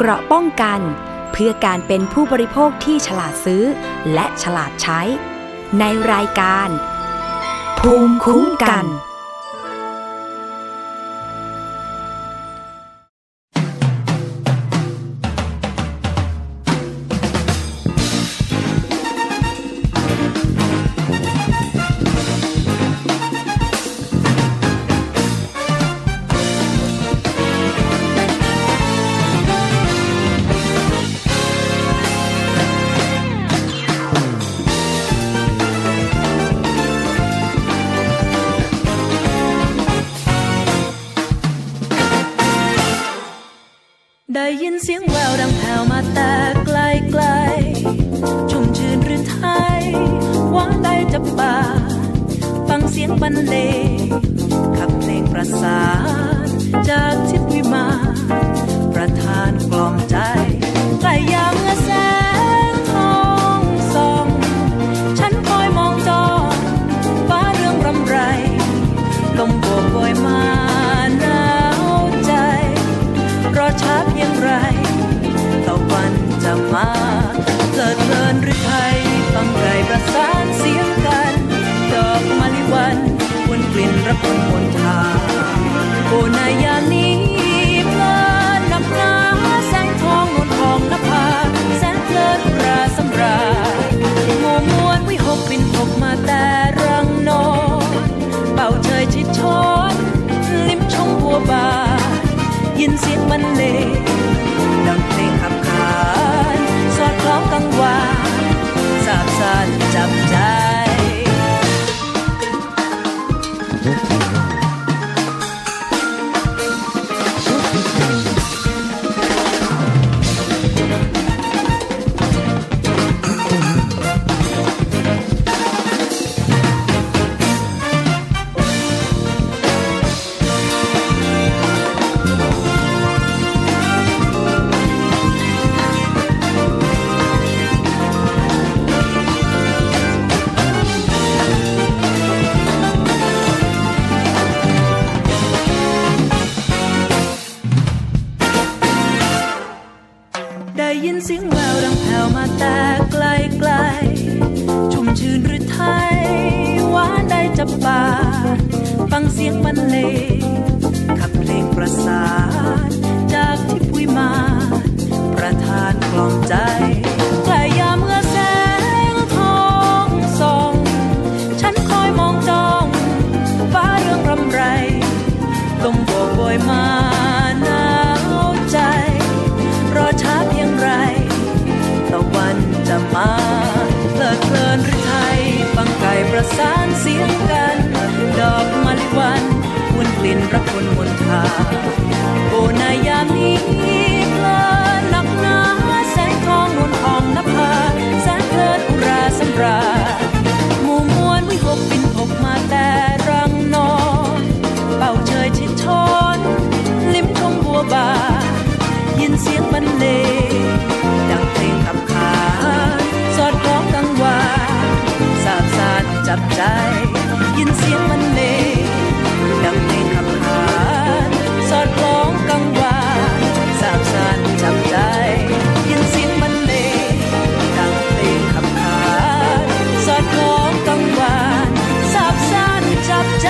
เกราะป้องกันเพื่อการเป็นผู้บริโภคที่ฉลาดซื้อและฉลาดใช้ในรายการภูมิคุ้มกันได้ยินเสียงแววดังแผ่วมาแต่ไกลๆชุ่มชื่นหรือไทยหวานได้จับป่าฟังเสียงบรรเลงขับเพลงประสานจากทิพย์วิมานประทานกล่อมใจใกล้ยามเมื่อแสงทองส่องฉันคอยมองจ้องฟ้าเรื่องรำไรลมโบกโบยมาหนาวใจรอช้าเพียงไรตะวันจะมาเพลิดเพลินหรือไทยฟังไกลประสานเสียงกันดอกมะลิวันวนกลิ่นระคนมนทาโอ้นายามนี้เพลินนับหนาแสงทองนวลทองนภาแสงเพลินราสำราญโมมวนวิหกบินหกมาแต่รังนอนเป่าเชยชิดช้อนลิ้มชมบัวบานยินเสียงบรรเลงดังเพลงขับขานสอดคล้องกังวานสาบซ่านจับใจยินเสียงแววดังแผ่วมาแต่ไกลๆชุ่มชื่นหรือไทยหวานได้จับป่าฟังเสียงบรรเลงขับเพลงประสานจากทิพย์วิมานประทานกล่อมใจใกล้ยามเมื่อแสงทองส่องฉันคอยมองจ้องฟ้าเรื่องรำไรลมโบกโบยมาหนาวใจรอช้าเพียงไรตะวันจะมาเพลิดเพลินหรือไทยฟังไก่ประสานเสียงกันดอกมะลิวันวนกลิ่นระคนมนทาโอ้นายามนี้เพลินนักหนาแสงทองนวลทองนภาแสงเพลินอุราสำราญหมู่มวลวิหกบินหกมาแต่รังนอนเป่าเชยชิดช้อนลิ้มชมบัวบานยินเสียงบรรเลงดังเพลงขับขานสอดคล้องกังวานสาบซ่านจับใจยินเสียงบรรเลงดังเพลงขับขานสอดคล้องกังวานสาบซ่านจับใจยินเสียงบรรเลงดังเพลงขับขานสอดคล้องกังวานสาบซ่านจับใจ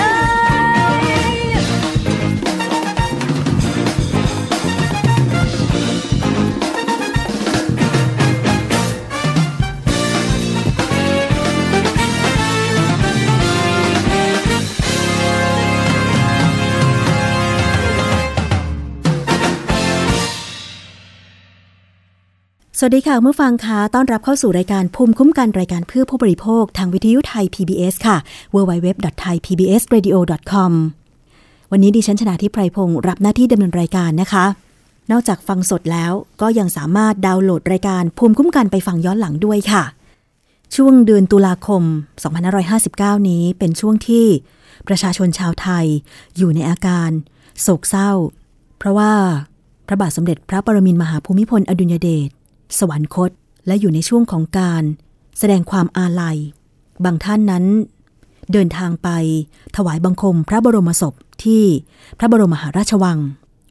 สวัสดีค่ะผู้ฟังคะต้อนรับเข้าสู่รายการภูมิคุ้มกันรายการเพื่อผู้บริโภคทางวิทยุไทย PBS ค่ะ www.thaipbsradio.com วันนี้ดิฉันชนาธิปไพพงศ์รับหน้าที่ดำเนินรายการนะคะนอกจากฟังสดแล้วก็ยังสามารถดาวน์โหลดรายการภูมิคุ้มกันไปฟังย้อนหลังด้วยค่ะช่วงเดือนตุลาคม 2559 นี้เป็นช่วงที่ประชาชนชาวไทยอยู่ในอาการโศกเศร้าเพราะว่าพระบาทสมเด็จพระปรมินทรมหาภูมิพลอดุลยเดชสวรรคตและอยู่ในช่วงของการแสดงความอาลัยบางท่านนั้นเดินทางไปถวายบังคมพระบรมศพที่พระบรมมหาราชวัง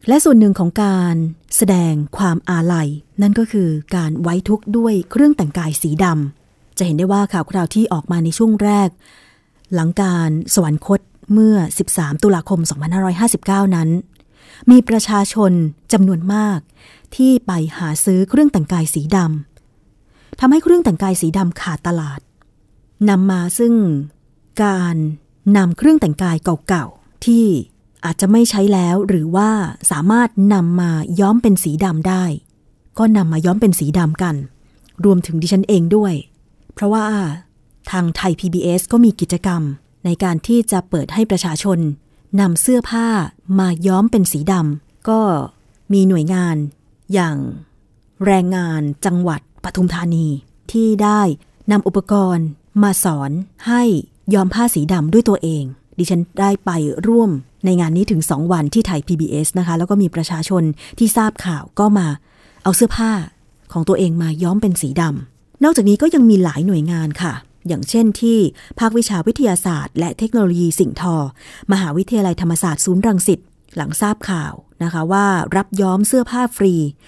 และส่วนหนึ่งของการแสดงความอาลัยนั่นก็คือการไว้ทุกข์ด้วยเครื่องแต่งกายสีดำจะเห็นได้ว่าข่าวคราวที่ออกมาในช่วงแรกหลังการสวรรคตเมื่อ13ตุลาคม2559นั้นมีประชาชนจำนวนมากที่ไปหาซื้อเครื่องแต่งกายสีดำทำให้เครื่องแต่งกายสีดำขาดตลาดนำมาซึ่งการนำเครื่องแต่งกายเก่าๆที่อาจจะไม่ใช้แล้วหรือว่าสามารถนำมาย้อมเป็นสีดำได้ก็นำมาย้อมเป็นสีดำกันรวมถึงดิฉันเองด้วยเพราะว่าทางไทย PBS ก็มีกิจกรรมในการที่จะเปิดให้ประชาชนนำเสื้อผ้ามาย้อมเป็นสีดำก็มีหน่วยงานอย่างแรงงานจังหวัดปทุมธานีที่ได้นำอุปกรณ์มาสอนให้ย้อมผ้าสีดำด้วยตัวเองดิฉันได้ไปร่วมในงานนี้ถึง2วันที่ไทย PBS นะคะแล้วก็มีประชาชนที่ทราบข่าวก็มาเอาเสื้อผ้าของตัวเองมาย้อมเป็นสีดำนอกจากนี้ก็ยังมีหลายหน่วยงานค่ะอย่างเช่นที่ภาควิชาวิทยาศาสตร์และเทคโนโลยีสิ่งทอมหาวิทยาลัยธรรมศาสตร์ศูนย์รังสิตหลังทราบข่าวนะคะว่ารับย้อมเสื้อผ้าฟรี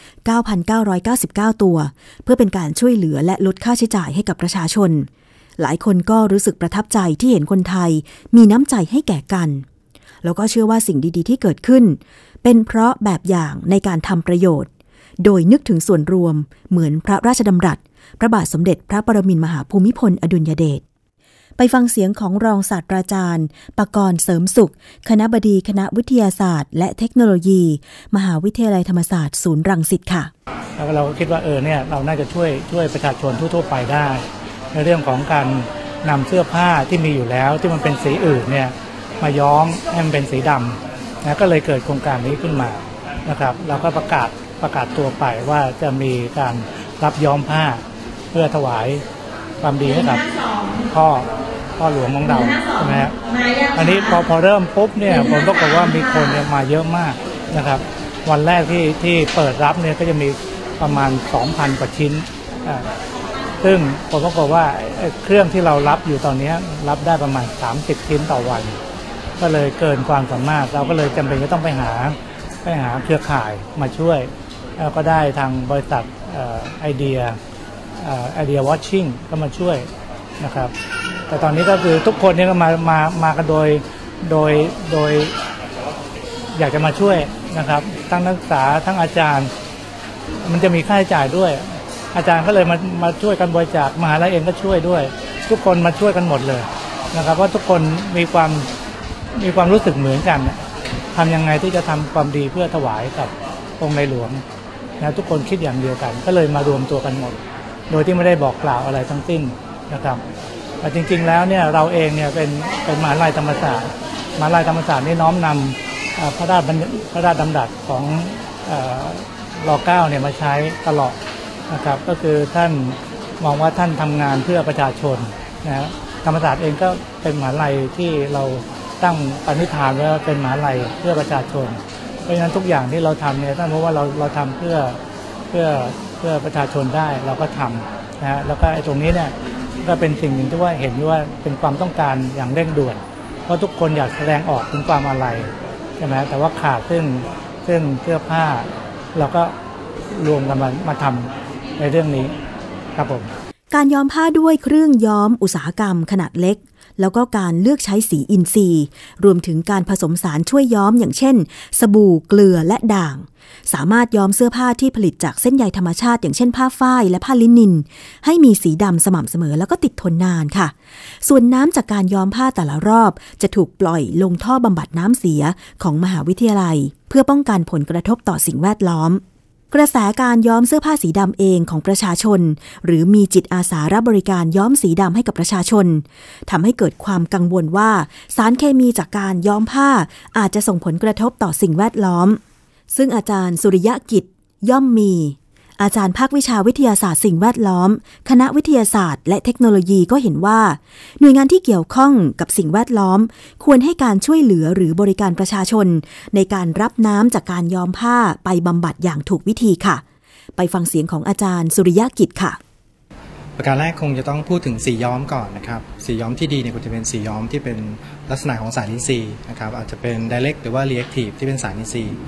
9,999 ตัวเพื่อเป็นการช่วยเหลือและลดค่าใช้จ่ายให้กับประชาชนหลายคนก็รู้สึกประทับใจที่เห็นคนไทยมีน้ำใจให้แก่กันแล้วก็เชื่อว่าสิ่งดีๆที่เกิดขึ้นเป็นเพราะแบบอย่างในการทำประโยชน์โดยนึกถึงส่วนรวมเหมือนพระราชดำรัสพระบาทสมเด็จพระปรมินทรมหาภูมิพลอดุลยเดชไปฟังเสียงของรองศาสตราจารย์ปกรณ์เสริมสุขคณบดีคณะวิทยาศาสตร์และเทคโนโลยีมหาวิทยาลัยธรรมศาสตร์ศูนย์รังสิตค่ะแล้วเราก็คิดว่าเนี่ยเราน่าจะช่วยประชาชนทั่วๆไปได้ในเรื่องของการนำเสื้อผ้าที่มีอยู่แล้วที่มันเป็นสีอื่นเนี่ยมาย้อมให้มันเป็นสีดำนะก็เลยเกิดโครงการนี้ขึ้นมานะครับเราก็ประกาศตัวไปว่าจะมีการรับย้อมผ้าเพื่อถวายความดีให้กับพ่อหลวงของเราใช่ไหมครับอันนี้พอเริ่มปุ๊บเนี่ยผมก็บอกว่ามีคนมาเยอะมากนะครับวันแรกที่เปิดรับเนี่ยก็จะมีประมาณ 2,000 กว่าชิ้นซึ่งผมก็บอกว่าเครื่องที่เรารับอยู่ตอนนี้รับได้ประมาณ30ชิ้นต่อวันก็เลยเกินความสามารถเราก็เลยจำเป็นก็ต้องไปหาเครือข่ายมาช่วยก็ได้ทางบริษัทไอเดียวอชชิ่งก็มาช่วยนะครับแต่ตอนนี้ก็คือทุกคนนี่ก็มากันโดยอยากจะมาช่วยนะครับทั้งนักศึกษาทั้งอาจารย์มันจะมีค่าใช้จ่ายด้วยอาจารย์ก็เลยมาช่วยกันบริจาคมหาลัยเองก็ช่วยด้วยทุกคนมาช่วยกันหมดเลยนะครับเพราะทุกคนมีความรู้สึกเหมือนกันทำยังไงที่จะทำความดีเพื่อถวายกับองค์ในหลวงนะทุกคนคิดอย่างเดียวกันก็เลยมารวมตัวกันหมดโดยที่ไม่ได้บอกกล่าวอะไรทั้งสิ้นนะครับแต่จริงๆแล้วเนี่ยเราเองเนี่ยเป็นมหาลัยธรรมศาสตร์นี่น้อมนำพระราชดำรัสของร.9 เนี่ยมาใช้ตลอดนะครับก็คือท่านมองว่าท่านทำงานเพื่อประชาชนนะธรรมศาสตร์เองก็เป็นมหาลัยที่เราตั้งปณิธานไว้ว่าเป็นมหาลัยเพื่อประชาชนเพราะฉะนั้นทุกอย่างที่เราทำเนี่ยท่านบอกว่าเราทำเพื่อประชาชนได้เราก็ทำนะฮะแล้วก็ตรงนี้เนี่ยก็เป็นสิ่งหนึ่งที่ว่าเห็นว่าเป็นความต้องการอย่างเร่งด่วนเพราะทุกคนอยากแสดงออกถึงความอาลัยใช่ไหมแต่ว่าขาดซึ่งเสื้อผ้าเราก็รวมกันมาทำในเรื่องนี้ครับผมการย้อมผ้าด้วยเครื่องย้อมอุตสาหกรรมขนาดเล็กแล้วก็การเลือกใช้สีอินทรีย์รวมถึงการผสมสารช่วยย้อมอย่างเช่นสบู่เกลือและด่างสามารถย้อมเสื้อผ้าที่ผลิตจากเส้นใยธรรมชาติอย่างเช่นผ้าฝ้ายและผ้าลินินให้มีสีดำสม่ำเสมอแล้วก็ติดทนนานค่ะส่วนน้ำจากการย้อมผ้าแต่ละรอบจะถูกปล่อยลงท่อบำบัดน้ำเสียของมหาวิทยาลัยเพื่อป้องกันผลกระทบต่อสิ่งแวดล้อมกระแสการย้อมเสื้อผ้าสีดำเองของประชาชนหรือมีจิตอาสารับบริการย้อมสีดำให้กับประชาชนทำให้เกิดความกังวลว่าสารเคมีจากการย้อมผ้าอาจจะส่งผลกระทบต่อสิ่งแวดล้อมซึ่งอาจารย์สุริยะกิจย่อมมีอาจารย์ภาควิชาวิทยาศาสตร์สิ่งแวดล้อมคณะวิทยาศาสตร์และเทคโนโลยีก็เห็นว่าหน่วยงานที่เกี่ยวข้องกับสิ่งแวดล้อมควรให้การช่วยเหลือหรือบริการประชาชนในการรับน้ำจากการย้อมผ้าไปบำบัดอย่างถูกวิธีค่ะไปฟังเสียงของอาจารย์สุริยะกิจค่ะประการแรกคงจะต้องพูดถึงสีย้อมก่อนนะครับสีย้อมที่ดีเนี่ยควรจะเป็นสีย้อมที่เป็นลักษณะของสารอินทรีย์นะครับอาจจะเป็น direct หรือว่า reactive ที่เป็นสารอินทรีย์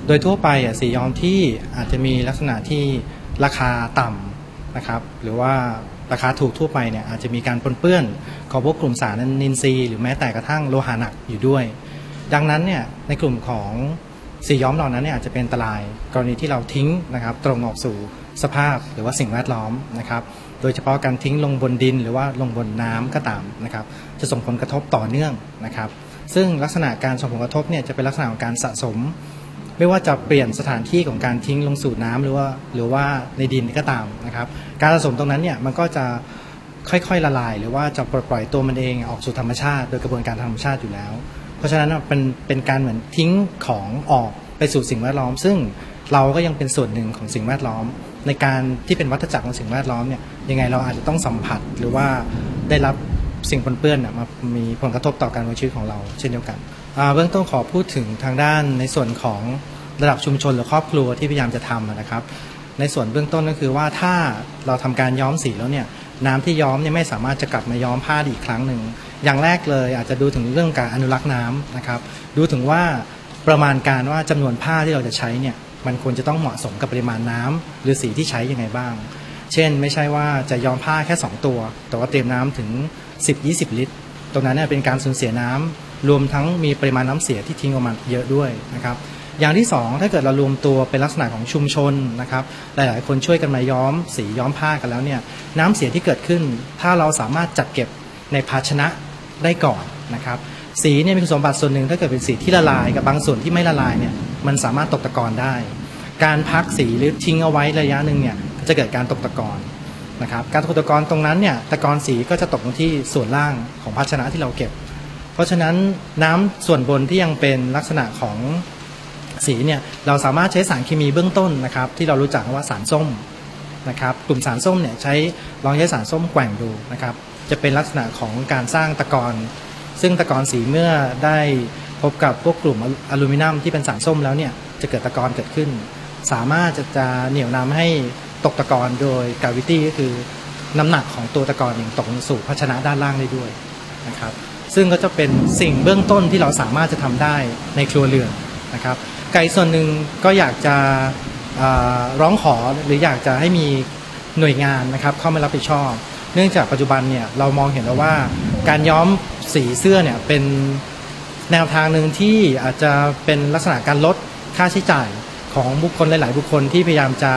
โดยทั่วไปสีย้อมที่อาจจะมีลักษณะที่ราคาต่ำนะครับหรือว่าราคาถูกทั่วไปเนี่ยอาจจะมีการปนเปื้อนของพวกกลุ่มสารนินทรีย์หรือแม้แต่กระทั่งโลหะหนักอยู่ด้วยดังนั้นเนี่ยในกลุ่มของสีย้อมเหล่านั้นเนี่ยอาจจะเป็นอันตรายกรณีที่เราทิ้งนะครับตรงออกสู่สภาพหรือว่าสิ่งแวดล้อมนะครับโดยเฉพาะการทิ้งลงบนดินหรือว่าลงบนน้ำก็ตามนะครับจะส่งผลกระทบต่อเนื่องนะครับซึ่งลักษณะการส่งผลกระทบเนี่ยจะเป็นลักษณะของการสะสมไม่ว่าจะเปลี่ยนสถานที่ของการทิ้งลงสู่น้ำหรือว่าในดินก็ตามนะครับการสะสมตรงนั้นเนี่ยมันก็จะค่อยๆละลายหรือว่าจะปล่อยตัวมันเองออกสู่ธรรมชาติโดยกระบวนการธรรมชาติอยู่แล้วเพราะฉะนั้นเป็นการเหมือนทิ้งของออกไปสู่สิ่งแวดล้อมซึ่งเราก็ยังเป็นส่วนหนึ่งของสิ่งแวดล้อมในการที่เป็นวัฏจักรของสิ่งแวดล้อมเนี่ยยังไงเราอาจจะต้องสัมผัสหรือว่าได้รับสิ่งปนเปื้อนมามีผลกระทบต่อการดำเนินชีวิตของเราเช่นเดียวกันเบื้องต้นขอพูดถึงทางด้านในส่วนของระดับชุมชนหรือครอบครัวที่พยายามจะทำนะครับในส่วนเบื้องต้นก็คือว่าถ้าเราทำการย้อมสีแล้วเนี่ยน้ำที่ย้อมเนี่ยไม่สามารถจะกลับมาย้อมผ้าอีกครั้งหนึ่งอย่างแรกเลยอาจจะดูถึงเรื่องการอนุรักษ์น้ำนะครับดูถึงว่าประมาณการว่าจำนวนผ้าที่เราจะใช้เนี่ยมันควรจะต้องเหมาะสมกับปริมาณน้ำหรือสีที่ใช้ยังไงบ้างเช่นไม่ใช่ว่าจะย้อมผ้าแค่2ตัวแต่ว่าเตรียมน้ำถึง 10-20 ลิตรตรงนั้นเนี่ยเป็นการสูญเสียน้ำรวมทั้งมีปริมาณน้ำเสียที่ทิ้งออกมาเยอะด้วยนะครับอย่างที่2ถ้าเกิดเรารวมตัวเป็นลักษณะของชุมชนนะครับหลายๆคนช่วยกันมาย้อมสีย้อมผ้ากันแล้วเนี่ยน้ำเสียที่เกิดขึ้นถ้าเราสามารถจัดเก็บในภาชนะได้ก่อนนะครับสีเนี่ยมีคุณสมบัติส่วนหนึ่งถ้าเกิดเป็นสีที่ละลายกับบางส่วนที่ไม่ละลายเนี่ยมันสามารถตกตะกอนได้การพักสีหรือทิ้งเอาไว้ระยะหนึ่งเนี่ยจะเกิดการตกตะกอนนะครับการตกตะกอนตรงนั้นเนี่ยตะกอนสีก็จะตกลงที่ส่วนล่างของภาชนะที่เราเก็บเพราะฉะนั้นน้ำส่วนบนที่ยังเป็นลักษณะของสีเนี่ยเราสามารถใช้สารเคมีเบื้องต้นนะครับที่เรารู้จักว่าสารส้มนะครับกลุ่มสารส้มเนี่ยลองใช้สารส้มแกว่งดูนะครับจะเป็นลักษณะของการสร้างตะกอนซึ่งตะกอนสีเมื่อได้พบกับพวกกลุ่มอลูมิเนียมที่เป็นสารส้มแล้วเนี่ยจะเกิดตะกอนเกิดขึ้นสามารถจะเหนี่ยวนำให้ตกตะกอนโดย gravity ก็คือน้ำหนักของตัวตะกอนเองตกลงสู่ภาชนะด้านล่างได้ด้วยนะครับซึ่งก็จะเป็นสิ่งเบื้องต้นที่เราสามารถจะทำได้ในครัวเรือนนะครับไกลส่วนหนึ่งก็อยากจะร้องขอหรืออยากจะให้มีหน่วยงานนะครับเข้ามารับผิดชอบเนื่องจากปัจจุบันเนี่ยเรามองเห็นแล้วว่าการย้อมสีเสื้อเนี่ยเป็นแนวทางหนึ่งที่อาจจะเป็นลักษณะการลดค่าใช้จ่ายของบุคคลหลายๆบุคคลที่พยายามจะ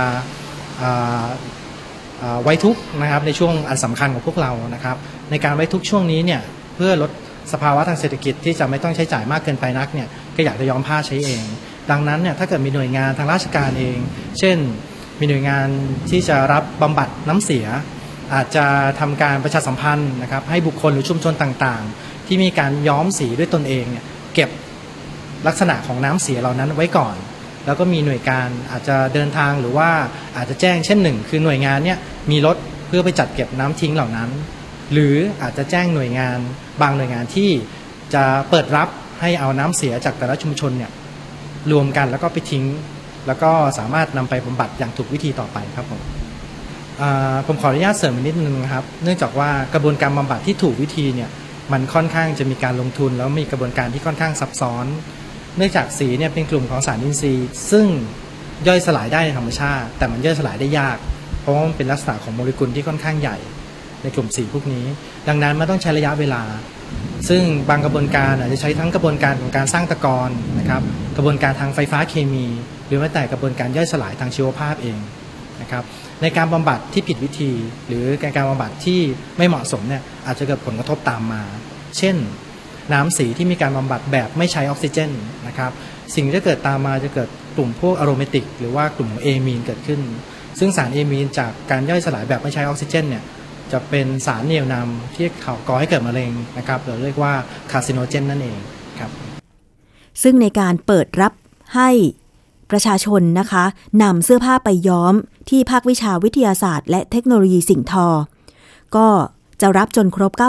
ไว้ทุกข์นะครับในช่วงอันสำคัญของพวกเรานะครับในการไว้ทุกข์ช่วงนี้เนี่ยเพื่อลดสภาวะทางเศรษฐกิจที่จะไม่ต้องใช้จ่ายมากเกินไปนักเนี่ยก็อยากจะย้อมผ้าใช้เองดังนั้นเนี่ยถ้าเกิดมีหน่วยงานทางราชการเองเช่นมีหน่วยงานที่จะรับบำบัดน้ำเสียอาจจะทำการประชาสัมพันธ์นะครับให้บุคคลหรือชุมชนต่างๆที่มีการย้อมสีด้วยตนเองเนี่ยเก็บลักษณะของน้ำเสียเหล่านั้นไว้ก่อนแล้วก็มีหน่วยการอาจจะเดินทางหรือว่าอาจจะแจ้งเช่น1คือหน่วยงานเนี่ยมีรถเพื่อไปจัดเก็บน้ำทิ้งเหล่านั้นหรืออาจจะแจ้งหน่วยงานบางหน่วยงานที่จะเปิดรับให้เอาน้ำเสียจากแต่ละชุมชนเนี่ยรวมกันแล้วก็ไปทิ้งแล้วก็สามารถนำไปบำบัดอย่างถูกวิธีต่อไปครับผมขออนุญาตเสริมนิดนึงครับเนื่องจากว่ากระบวนการบำบัดที่ถูกวิธีเนี่ยมันค่อนข้างจะมีการลงทุนแล้วมีกระบวนการที่ค่อนข้างซับซ้อนเนื่องจากสีเนี่ยเป็นกลุ่มของสารอินทรีย์ซึ่งย่อยสลายได้ในธรรมชาติแต่มันย่อยสลายได้ยากเพราะว่ามันเป็นลักษณะของโมเลกุลที่ค่อนข้างใหญ่ในกลุ่มสีพวกนี้ดังนั้นมันต้องใช้ระยะเวลาซึ่งบางกระบวนการอาจจะใช้ทั้งกระบวนการของการสร้างตะกอนนะครับกระบวนการทางไฟฟ้าเคมีหรือแม้แต่กระบวนการย่อยสลายทางชีวภาพเองนะครับในการบำบัดที่ผิดวิธีหรือการบำบัดที่ไม่เหมาะสมเนี่ยอาจจะเกิดผลกระทบตามมาเช่นน้ำสีที่มีการบำบัดแบบไม่ใช้ออกซิเจนนะครับสิ่งที่จะเกิดตามมาจะเกิดกลุ่มพวกอะโรเมติกหรือว่ากลุ่มเอมีนเกิดขึ้นซึ่งสารเอมีนจากการย่อยสลายแบบไม่ใช้ออกซิเจนเนี่ยจะเป็นสารเหนี่ยวนำที่ก่อให้เกิดมะเร็งนะครับเราเรียกว่าคาร์ซิโนเจนนั่นเองครับซึ่งในการเปิดรับให้ประชาชนนะคะนำเสื้อผ้าไปย้อมที่ภาควิชาวิทยาศาสตร์และเทคโนโลยีสิ่งทอก็จะรับจนครบ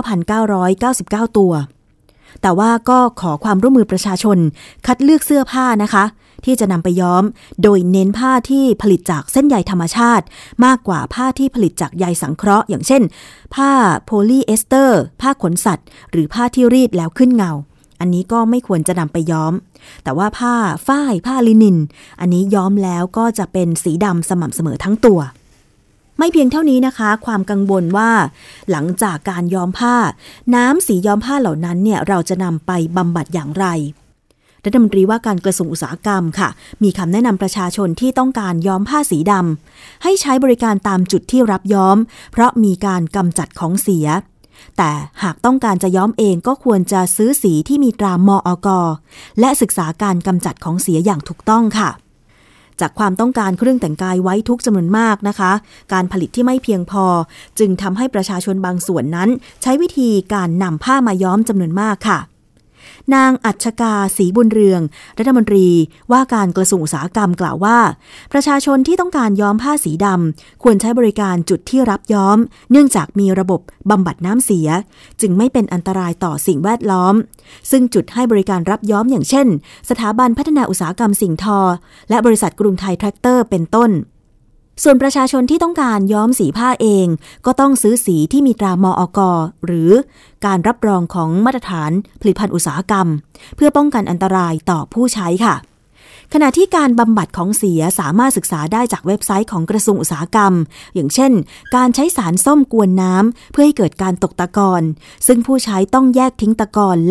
9,999 ตัวแต่ว่าก็ขอความร่วมมือประชาชนคัดเลือกเสื้อผ้านะคะที่จะนำไปย้อมโดยเน้นผ้าที่ผลิตจากเส้นใยธรรมชาติมากกว่าผ้าที่ผลิตจากใยสังเคราะห์อย่างเช่นผ้าโพลีเอสเตอร์ผ้าขนสัตว์หรือผ้าที่รีดแล้วขึ้นเงาอันนี้ก็ไม่ควรจะนำไปย้อมแต่ว่าผ้าฝ้ายผ้าลินินอันนี้ย้อมแล้วก็จะเป็นสีดำสม่ำเสมอทั้งตัวไม่เพียงเท่านี้นะคะความกังวลว่าหลังจากการย้อมผ้าน้ำสีย้อมผ้าเหล่านั้นเนี่ยเราจะนำไปบำบัดอย่างไรรัฐมนตรีว่าการกระทรวงอุตสาหกรรมค่ะมีคำแนะนำประชาชนที่ต้องการย้อมผ้าสีดำให้ใช้บริการตามจุดที่รับย้อมเพราะมีการกำจัดของเสียแต่หากต้องการจะย้อมเองก็ควรจะซื้อสีที่มีตรามอก.และศึกษาการกำจัดของเสียอย่างถูกต้องค่ะจากความต้องการเครื่องแต่งกายไว้ทุกจำนวนมากนะคะการผลิตที่ไม่เพียงพอจึงทำให้ประชาชนบางส่วนนั้นใช้วิธีการนำผ้ามาย้อมจำนวนมากค่ะนางอัชกาศรีบุญเรืองรัฐมนตรีว่าการกระทรวงอุตสาหกรรมกล่าวว่าประชาชนที่ต้องการย้อมผ้าสีดำควรใช้บริการจุดที่รับย้อมเนื่องจากมีระบบบำบัดน้ำเสียจึงไม่เป็นอันตรายต่อสิ่งแวดล้อมซึ่งจุดให้บริการรับย้อมอย่างเช่นสถาบันพัฒนาอุตสาหกรรมสิ่งทอและบริษัทกรุงไทยแทรคเตอร์เป็นต้นส่วนประชาชนที่ต้องการย้อมสีผ้าเองก็ต้องซื้อสีที่มีตรามอก.หรือการรับรองของมาตรฐานผลิตภัณฑ์อุตสาหกรรมเพื่อป้องกันอันตรายต่อผู้ใช้ค่ะขณะที่การบำบัดของเสียสามารถศึกษาได้จากเว็บไซต์ของกระทรวงอุตสาหกรรมอย่างเช่นการใช้สารส้มกวนน้ำเพื่อให้เกิดการตกตะกอนซึ่งผู้ใช้ต้องแยกทิ้งตะกอน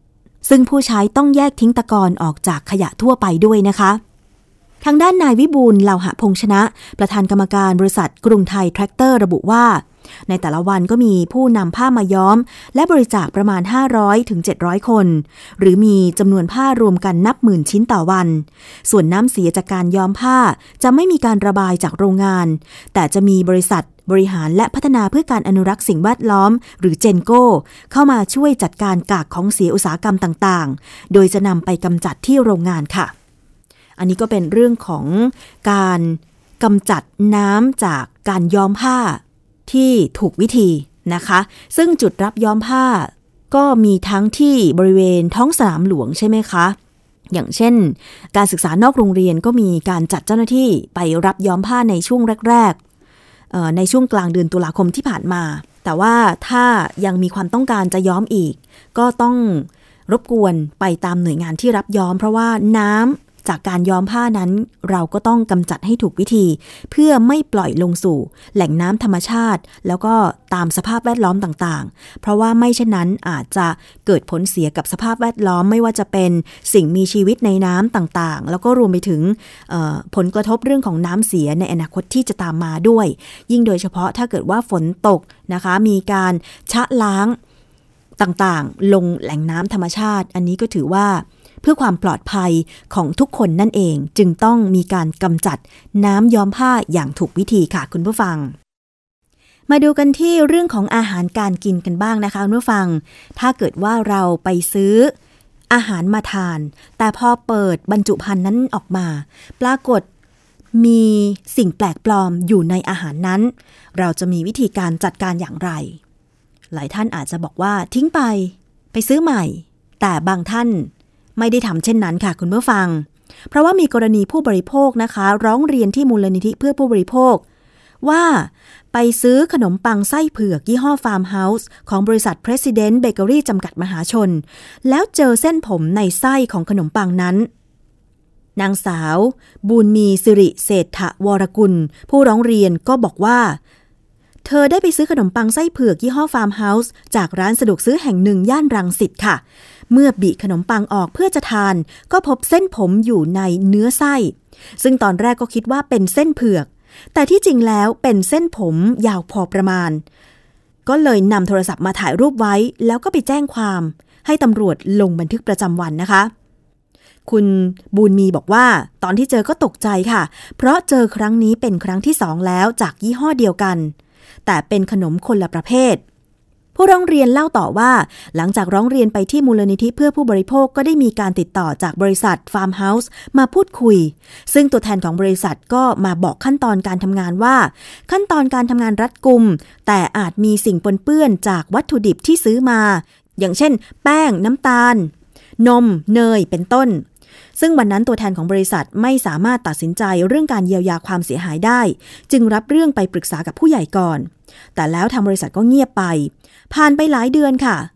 ออกจากขยะทั่วไปด้วยนะคะทางด้านนายวิบูลย์เหล่าหะพงษ์ชนะประธานกรรมการบริษัทกรุงไทยแทรคเตอร์ระบุว่าในแต่ละวันก็มีผู้นำผ้ามาย้อมและบริจาคประมาณ500ถึง700คนหรือมีจำนวนผ้ารวมกันนับหมื่นชิ้นต่อวันส่วนน้ำเสียจากการย้อมผ้าจะไม่มีการระบายจากโรงงานแต่จะมีบริษัทบริหารและพัฒนาเพื่อการอนุรักษ์สิ่งแวดล้อมหรือเจนโก้เข้ามาช่วยจัดการกากของเสียอุตสาหกรรมต่างๆโดยจะนำไปกำจัดที่โรงงานค่ะอันนี้ก็เป็นเรื่องของการกำจัดน้ำจากการย้อมผ้าที่ถูกวิธีนะคะซึ่งจุดรับย้อมผ้าก็มีทั้งที่บริเวณท้องสนามหลวงใช่ไหมคะอย่างเช่นการศึกษานอกโรงเรียนก็มีการจัดเจ้าหน้าที่ไปรับย้อมผ้าในช่วงแรกๆในช่วงกลางเดือนตุลาคมที่ผ่านมาแต่ว่าถ้ายังมีความต้องการจะย้อมอีกก็ต้องรบกวนไปตามหน่วยงานที่รับย้อมเพราะว่าน้ำจากการย้อมผ้านั้นเราก็ต้องกำจัดให้ถูกวิธีเพื่อไม่ปล่อยลงสู่แหล่งน้ำธรรมชาติแล้วก็ตามสภาพแวดล้อมต่างๆเพราะว่าไม่เช่นนั้นอาจจะเกิดผลเสียกับสภาพแวดล้อมไม่ว่าจะเป็นสิ่งมีชีวิตในน้ำต่างๆแล้วก็รวมไปถึงผลกระทบเรื่องของน้ำเสียในอนาคตที่จะตามมาด้วยยิ่งโดยเฉพาะถ้าเกิดว่าฝนตกนะคะมีการชะล้างต่างๆลงแหล่งน้ำธรรมชาติอันนี้ก็ถือว่าเพื่อความปลอดภัยของทุกคนนั่นเองจึงต้องมีการกำจัดน้ำย้อมผ้าอย่างถูกวิธีค่ะคุณผู้ฟังมาดูกันที่เรื่องของอาหารการกินกันบ้างนะคะคุณผู้ฟังถ้าเกิดว่าเราไปซื้ออาหารมาทานแต่พอเปิดบรรจุภัณฑ์นั้นออกมาปรากฏมีสิ่งแปลกปลอมอยู่ในอาหารนั้นเราจะมีวิธีการจัดการอย่างไรหลายท่านอาจจะบอกว่าทิ้งไปซื้อใหม่แต่บางท่านไม่ได้ทำเช่นนั้นค่ะคุณผู้ฟังเพราะว่ามีกรณีผู้บริโภคนะคะร้องเรียนที่มูลนิธิเพื่อผู้บริโภคว่าไปซื้อขนมปังไส้เผือกยี่ห้อฟาร์มเฮาส์ของบริษัท President Bakery จำกัดมหาชนแล้วเจอเส้นผมในไส้ของขนมปังนั้นนางสาวบูญมีสิริเศรษฐวรกุลผู้ร้องเรียนก็บอกว่าเธอได้ไปซื้อขนมปังไส้เผือกยี่ห้อฟาร์มเฮาส์จากร้านสะดวกซื้อแห่งหนึ่งย่านรังสิตค่ะเมื่อบิขนมปังออกเพื่อจะทานก็พบเส้นผมอยู่ในเนื้อไส้ซึ่งตอนแรกก็คิดว่าเป็นเส้นเผือกแต่ที่จริงแล้วเป็นเส้นผมยาวพอประมาณก็เลยนำโทรศัพท์มาถ่ายรูปไว้แล้วก็ไปแจ้งความให้ตำรวจลงบันทึกประจำวันนะคะคุณบูญมีบอกว่าตอนที่เจอก็ตกใจค่ะเพราะเจอครั้งนี้เป็นครั้งที่2แล้วจากยี่ห้อเดียวกันแต่เป็นขนมคนละประเภทผู้ร้องเรียนเล่าต่อว่าหลังจากร้องเรียนไปที่มูลนิธิเพื่อผู้บริโภคก็ได้มีการติดต่อจากบริษัทฟาร์มเฮาส์มาพูดคุยซึ่งตัวแทนของบริษัทก็มาบอกขั้นตอนการทำงานว่าขั้นตอนการทำงานรัดกุมแต่อาจมีสิ่งปนเปื้อนจากวัตถุดิบที่ซื้อมาอย่างเช่นแป้งน้ำตาลนมเนยเป็นต้นซึ่งวันนั้นตัวแทนของบริษัทไม่สามารถตัดสินใจเรื่องการเยียวยาความเสียหายได้จึงรับเรื่องไปปรึกษากับผู้ใหญ่ก่อนแต่แล้วทางบริษัทก็เงียบไปผ่านไปหลายเดือนค่ะ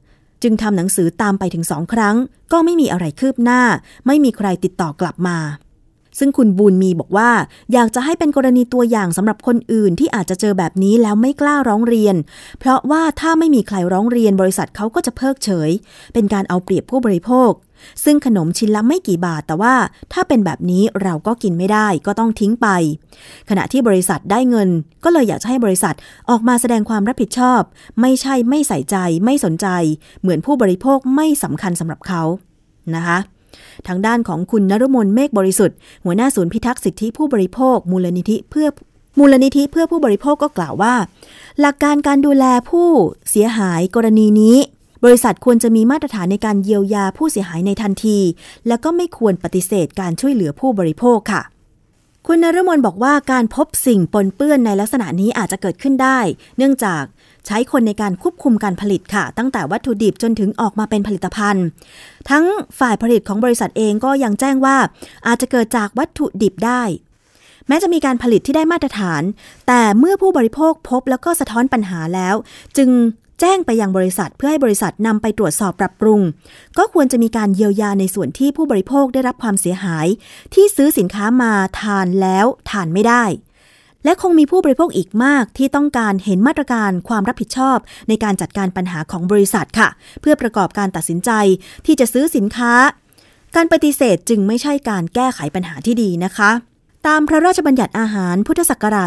จึงทำหนังสือตามไปถึง2 ครั้งก็ไม่มีอะไรคืบหน้าไม่มีใครติดต่อกลับมาซึ่งคุณบุญมีบอกว่าอยากจะให้เป็นกรณีตัวอย่างสำหรับคนอื่นที่อาจจะเจอแบบนี้แล้วไม่กล้าร้องเรียนเพราะว่าถ้าไม่มีใครร้องเรียนบริษัทเขาก็จะเพิกเฉยเป็นการเอาเปรียบผู้บริโภคซึ่งขนมชิ้นละไม่กี่บาทแต่ว่าถ้าเป็นแบบนี้เราก็กินไม่ได้ก็ต้องทิ้งไปขณะที่บริษัทได้เงินก็เลยอยากจะให้บริษัทออกมาแสดงความรับผิดชอบไม่ใช่ไม่ใส่ใจไม่สนใจเหมือนผู้บริโภคไม่สำคัญสำหรับเขานะคะทางด้านของคุณนฤมลเมฆบริสุทธิ์หัวหน้าศูนย์พิทักษ์สิทธิผู้บริโภคมูลนิธิเพื่อผู้บริโภคก็กล่าวว่าหลักการการดูแลผู้เสียหายกรณีนี้บริษัทควรจะมีมาตรฐานในการเยียวยาผู้เสียหายในทันทีและก็ไม่ควรปฏิเสธการช่วยเหลือผู้บริโภคค่ะคุณนฤมลบอกว่าการพบสิ่งปนเปื้อนในลักษณะนี้อาจจะเกิดขึ้นได้เนื่องจากใช้คนในการควบคุมการผลิตค่ะตั้งแต่วัตถุดิบจนถึงออกมาเป็นผลิตภัณฑ์ทั้งฝ่ายผลิตของบริษัทเองก็ยังแจ้งว่าอาจจะเกิดจากวัตถุดิบได้แม้จะมีการผลิตที่ได้มาตรฐานแต่เมื่อผู้บริโภคพบแล้วก็สะท้อนปัญหาแล้วจึงแจ้งไปยังบริษัทเพื่อให้บริษัทนำไปตรวจสอบปรับปรุงก็ควรจะมีการเยียวยาในส่วนที่ผู้บริโภคได้รับความเสียหายที่ซื้อสินค้ามาทานแล้วทานไม่ได้และคงมีผู้บริโภคอีกมากที่ต้องการเห็นมาตรการความรับผิดชอบในการจัดการปัญหาของบริษัทค่ะเพื่อประกอบการตัดสินใจที่จะซื้อสินค้าการปฏิเสธจึงไม่ใช่การแก้ไขปัญหาที่ดีนะคะตามพระราชบัญญัติอาหารพุทธศักราช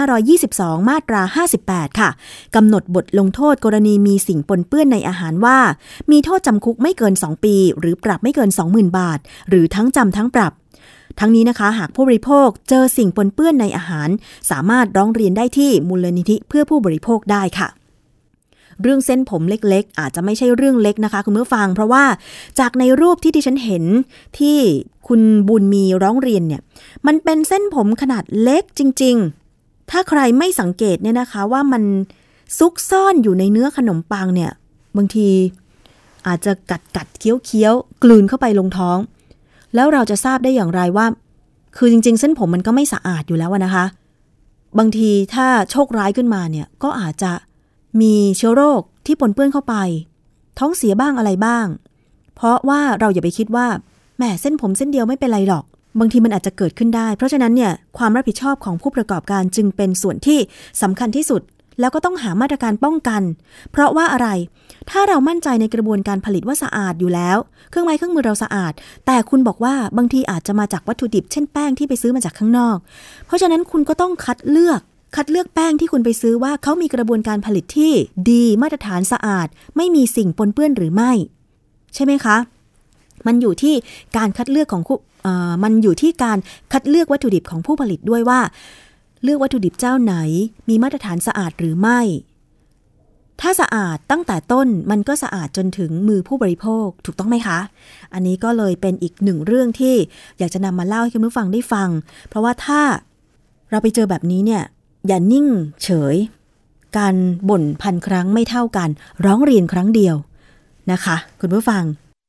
2522 มาตรา 58 ค่ะกำหนดบทลงโทษกรณีมีสิ่งปนเปื้อนในอาหารว่ามีโทษจำคุกไม่เกิน2 ปีหรือปรับไม่เกิน 20,000 บาทหรือทั้งจำทั้งปรับทั้งนี้นะคะหากผู้บริโภคเจอสิ่งปนเปื้อนในอาหารสามารถร้องเรียนได้ที่มูลนิธิเพื่อผู้บริโภคได้ค่ะเรื่องเส้นผมเล็กๆอาจจะไม่ใช่เรื่องเล็กนะคะคุณผู้ฟังเพราะว่าจากในรูปที่ดิฉันเห็นที่คุณบุญมีร้องเรียนเนี่ยมันเป็นเส้นผมขนาดเล็กจริงๆถ้าใครไม่สังเกตเนี่ยนะคะว่ามันซุกซ่อนอยู่ในเนื้อขนมปังเนี่ยบางทีอาจจะกัดเคี้ยวกลืนเข้าไปลงท้องแล้วเราจะทราบได้อย่างไรว่าคือจริงๆเส้นผมมันก็ไม่สะอาดอยู่แล้วนะคะบางทีถ้าโชคร้ายขึ้นมาเนี่ยก็อาจจะมีเชื้อโรคที่ปนเปื้อนเข้าไปท้องเสียบ้างอะไรบ้างเพราะว่าเราอย่าไปคิดว่าแหมเส้นผมเส้นเดียวไม่เป็นไรหรอกบางทีมันอาจจะเกิดขึ้นได้เพราะฉะนั้นเนี่ยความรับผิดชอบของผู้ประกอบการจึงเป็นส่วนที่สำคัญที่สุดแล้วก็ต้องหามาตรการป้องกันเพราะว่าอะไรถ้าเรามั่นใจในกระบวนการผลิตว่าสะอาดอยู่แล้วเครื่องไม้เครื่องมือเราสะอาดแต่คุณบอกว่าบางทีอาจจะมาจากวัตถุดิบเช่นแป้งที่ไปซื้อมาจากข้างนอกเพราะฉะนั้นคุณก็ต้องคัดเลือกแป้งที่คุณไปซื้อว่าเขามีกระบวนการผลิตที่ดีมาตรฐานสะอาดไม่มีสิ่งปนเปื้อนหรือไม่ใช่ไหมคะมันอยู่ที่การคัดเลือกของมันอยู่ที่การคัดเลือกวัตถุดิบของผู้ผลิตด้วยว่าเลือกวัตถุดิบเจ้าไหนมีมาตรฐานสะอาดหรือไม่ถ้าสะอาดตั้งแต่ต้นมันก็สะอาดจนถึงมือผู้บริโภคถูกต้องไหมคะอันนี้ก็เลยเป็นอีกหนึ่งเรื่องที่อยากจะนำมาเล่าให้คุณผู้ฟังได้ฟังเพราะว่าถ้าเราไปเจอแบบนี้เนี่ยอย่านิ่งเฉยการบ่น1,000 ครั้งไม่เท่ากันร้องเรียนครั้งเดียวนะคะคุณผู้ฟัง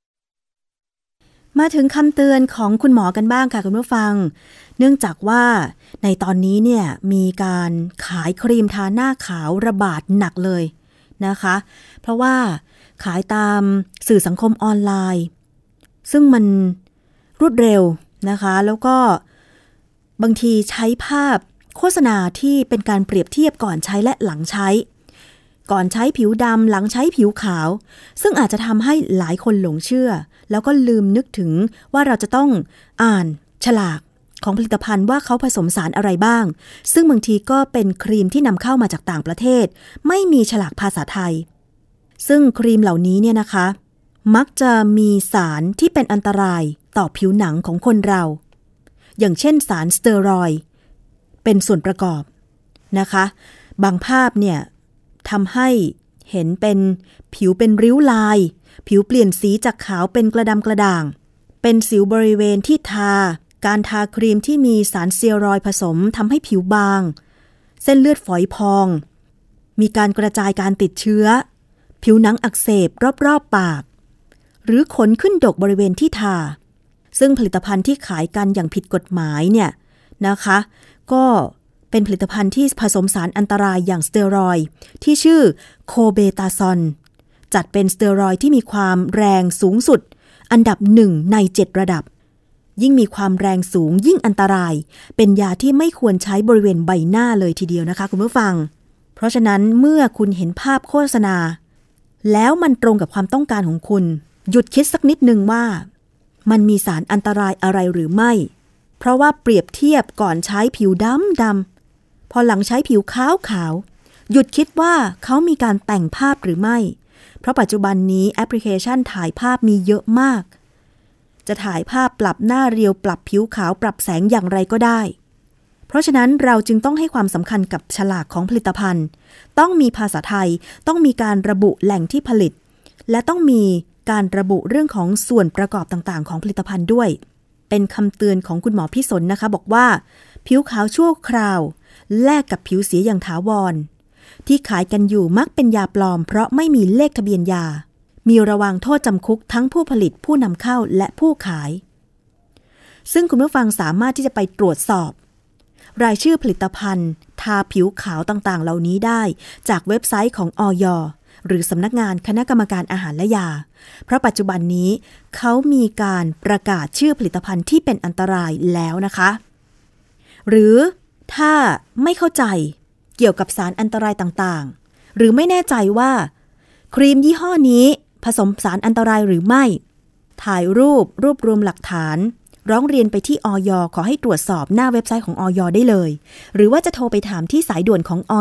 มาถึงคำเตือนของคุณหมอกันบ้างค่ะคุณผู้ฟังเนื่องจากว่าในตอนนี้เนี่ยมีการขายครีมทาหน้าขาวระบาดหนักเลยนะคะเพราะว่าขายตามสื่อสังคมออนไลน์ซึ่งมันรวดเร็วนะคะแล้วก็บางทีใช้ภาพโฆษณาที่เป็นการเปรียบเทียบก่อนใช้และหลังใช้ก่อนใช้ผิวดำหลังใช้ผิวขาวซึ่งอาจจะทำให้หลายคนหลงเชื่อแล้วก็ลืมนึกถึงว่าเราจะต้องอ่านฉลากของผลิตภัณฑ์ว่าเขาผสมสารอะไรบ้างซึ่งบางทีก็เป็นครีมที่นำเข้ามาจากต่างประเทศไม่มีฉลากภาษาไทยซึ่งครีมเหล่านี้เนี่ยนะคะมักจะมีสารที่เป็นอันตรายต่อผิวหนังของคนเราอย่างเช่นสารสเตียรอยด์เป็นส่วนประกอบนะคะบางภาพเนี่ยทำให้เห็นเป็นผิวเป็นริ้วลายผิวเปลี่ยนสีจากขาวเป็นกระดำกระด่างเป็นสิวบริเวณที่ทาการทาครีมที่มีสารสเตียรอยด์ผสมทำให้ผิวบางเส้นเลือดฝอยพองมีการกระจายการติดเชื้อผิวหนังอักเสบรอบๆปากหรือขนขึ้นดกบริเวณที่ทาซึ่งผลิตภัณฑ์ที่ขายกันอย่างผิดกฎหมายเนี่ยนะคะก็เป็นผลิตภัณฑ์ที่ผสมสารอันตรายอย่างสเตียรอยด์ที่ชื่อโคเบตาซอนจัดเป็นสเตียรอยด์ที่มีความแรงสูงสุดอันดับ1ใน7ระดับยิ่งมีความแรงสูงยิ่งอันตรายเป็นยาที่ไม่ควรใช้บริเวณใบหน้าเลยทีเดียวนะคะคุณผู้ฟังเพราะฉะนั้นเมื่อคุณเห็นภาพโฆษณาแล้วมันตรงกับความต้องการของคุณหยุดคิดสักนิดนึงว่ามันมีสารอันตรายอะไรหรือไม่เพราะว่าเปรียบเทียบก่อนใช้ผิวดำพอหลังใช้ผิวขาวหยุดคิดว่าเขามีการแต่งภาพหรือไม่เพราะปัจจุบันนี้แอปพลิเคชันถ่ายภาพมีเยอะมากจะถ่ายภาพปรับหน้าเรียวปรับผิวขาวปรับแสงอย่างไรก็ได้เพราะฉะนั้นเราจึงต้องให้ความสำคัญกับฉลากของผลิตภัณฑ์ต้องมีภาษาไทยต้องมีการระบุแหล่งที่ผลิตและต้องมีการระบุเรื่องของส่วนประกอบต่างๆของผลิตภัณฑ์ด้วยเป็นคำเตือนของคุณหมอพิสนนะคะบอกว่าผิวขาวชั่วคราวแลกกับผิวเสียอย่างถาวรที่ขายกันอยู่มักเป็นยาปลอมเพราะไม่มีเลขทะเบียนยามีระวังโทษจำคุกทั้งผู้ผลิตผู้นำเข้าและผู้ขายซึ่งคุณผู้ฟังสามารถที่จะไปตรวจสอบรายชื่อผลิตภัณฑ์ทาผิวขาวต่างๆเหล่านี้ได้จากเว็บไซต์ของอย.หรือสำนักงานคณะกรรมการอาหารและยาเพราะปัจจุบันนี้เขามีการประกาศชื่อผลิตภัณฑ์ที่เป็นอันตรายแล้วนะคะหรือถ้าไม่เข้าใจเกี่ยวกับสารอันตรายต่างๆหรือไม่แน่ใจว่าครีมยี่ห้อนี้ผสมสารอันตรายหรือไม่ถ่ายรูปรวบรวมหลักฐานร้องเรียนไปที่อย.ขอให้ตรวจสอบหน้าเว็บไซต์ของอย.ได้เลยหรือว่าจะโทรไปถามที่สายด่วนของอย.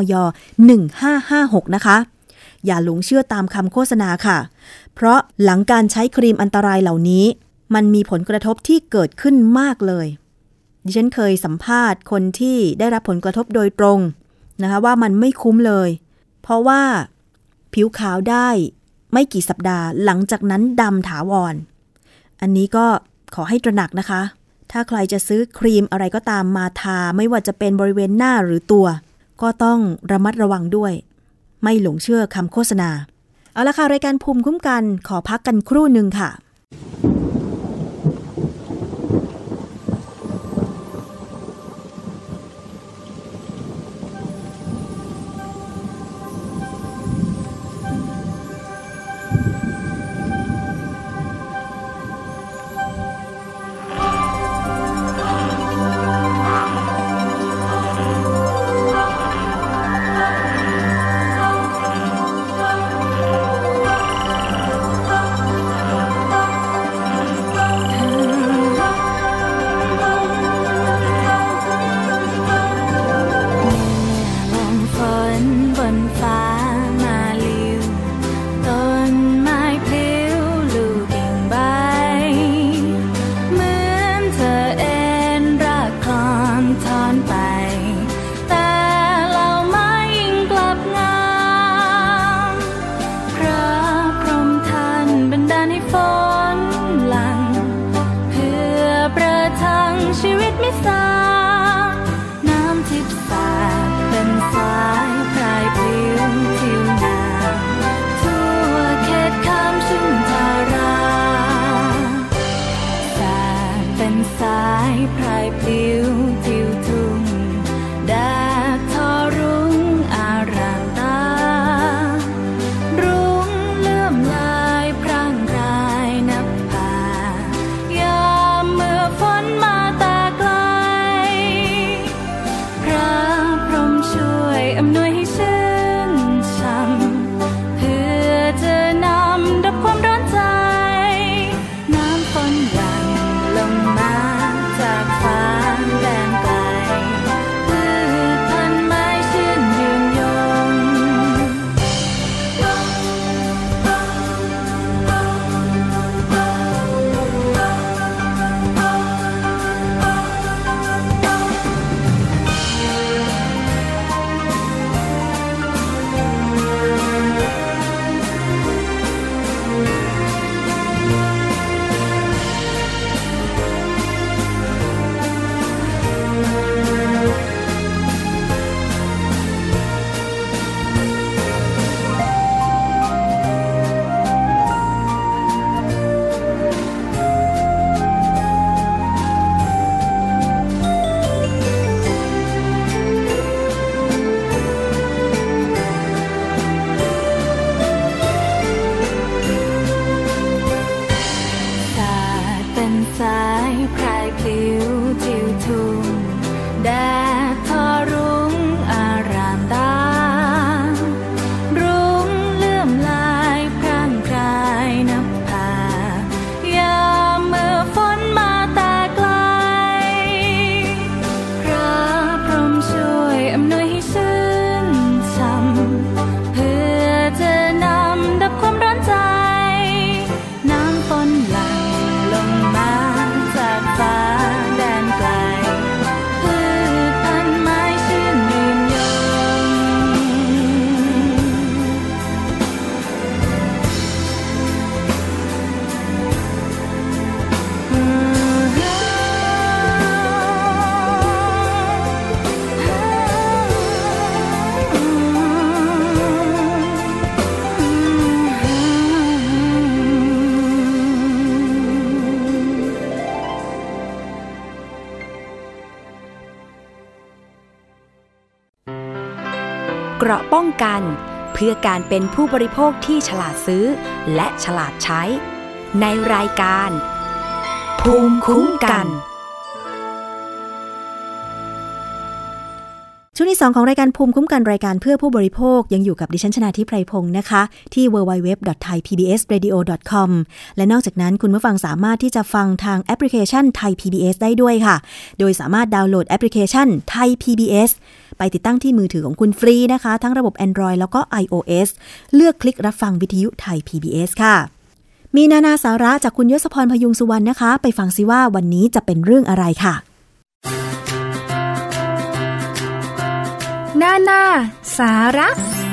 1556นะคะอย่าหลงเชื่อตามคำโฆษณาค่ะเพราะหลังการใช้ครีมอันตรายเหล่านี้มันมีผลกระทบที่เกิดขึ้นมากเลยดิฉันเคยสัมภาษณ์คนที่ได้รับผลกระทบโดยตรงนะคะว่ามันไม่คุ้มเลยเพราะว่าผิวขาวได้ไม่กี่สัปดาห์หลังจากนั้นดำถาวรอันนี้ก็ขอให้ตระหนักนะคะถ้าใครจะซื้อครีมอะไรก็ตามมาทาไม่ว่าจะเป็นบริเวณหน้าหรือตัวก็ต้องระมัดระวังด้วยไม่หลงเชื่อคำโฆษณาเอาละค่ะรายการภูมิคุ้มกันขอพักกันครู่หนึ่งค่ะเกราะป้องกันเพื่อการเป็นผู้บริโภคที่ฉลาดซื้อและฉลาดใช้ในรายการภูมิคุ้มกันช่วงที่2ของรายการภูมิคุ้มกันรายการเพื่อผู้บริโภคยังอยู่กับดิฉันชนาธิไพรพงศ์นะคะที่ www.thaipbsradio.com และนอกจากนั้นคุณผู้ฟังสามารถที่จะฟังทางแอปพลิเคชัน Thai PBS ได้ด้วยค่ะโดยสามารถดาวน์โหลดแอปพลิเคชัน Thai PBS ไปติดตั้งที่มือถือของคุณฟรีนะคะทั้งระบบ Android แล้วก็ iOS เลือกคลิกรับฟังวิทยุ Thai PBS ค่ะมีนานาสาระจากคุณยศพรพยุงสุวรรณนะคะไปฟังซิว่าวันนี้จะเป็นเรื่องอะไรค่ะนานาสาระ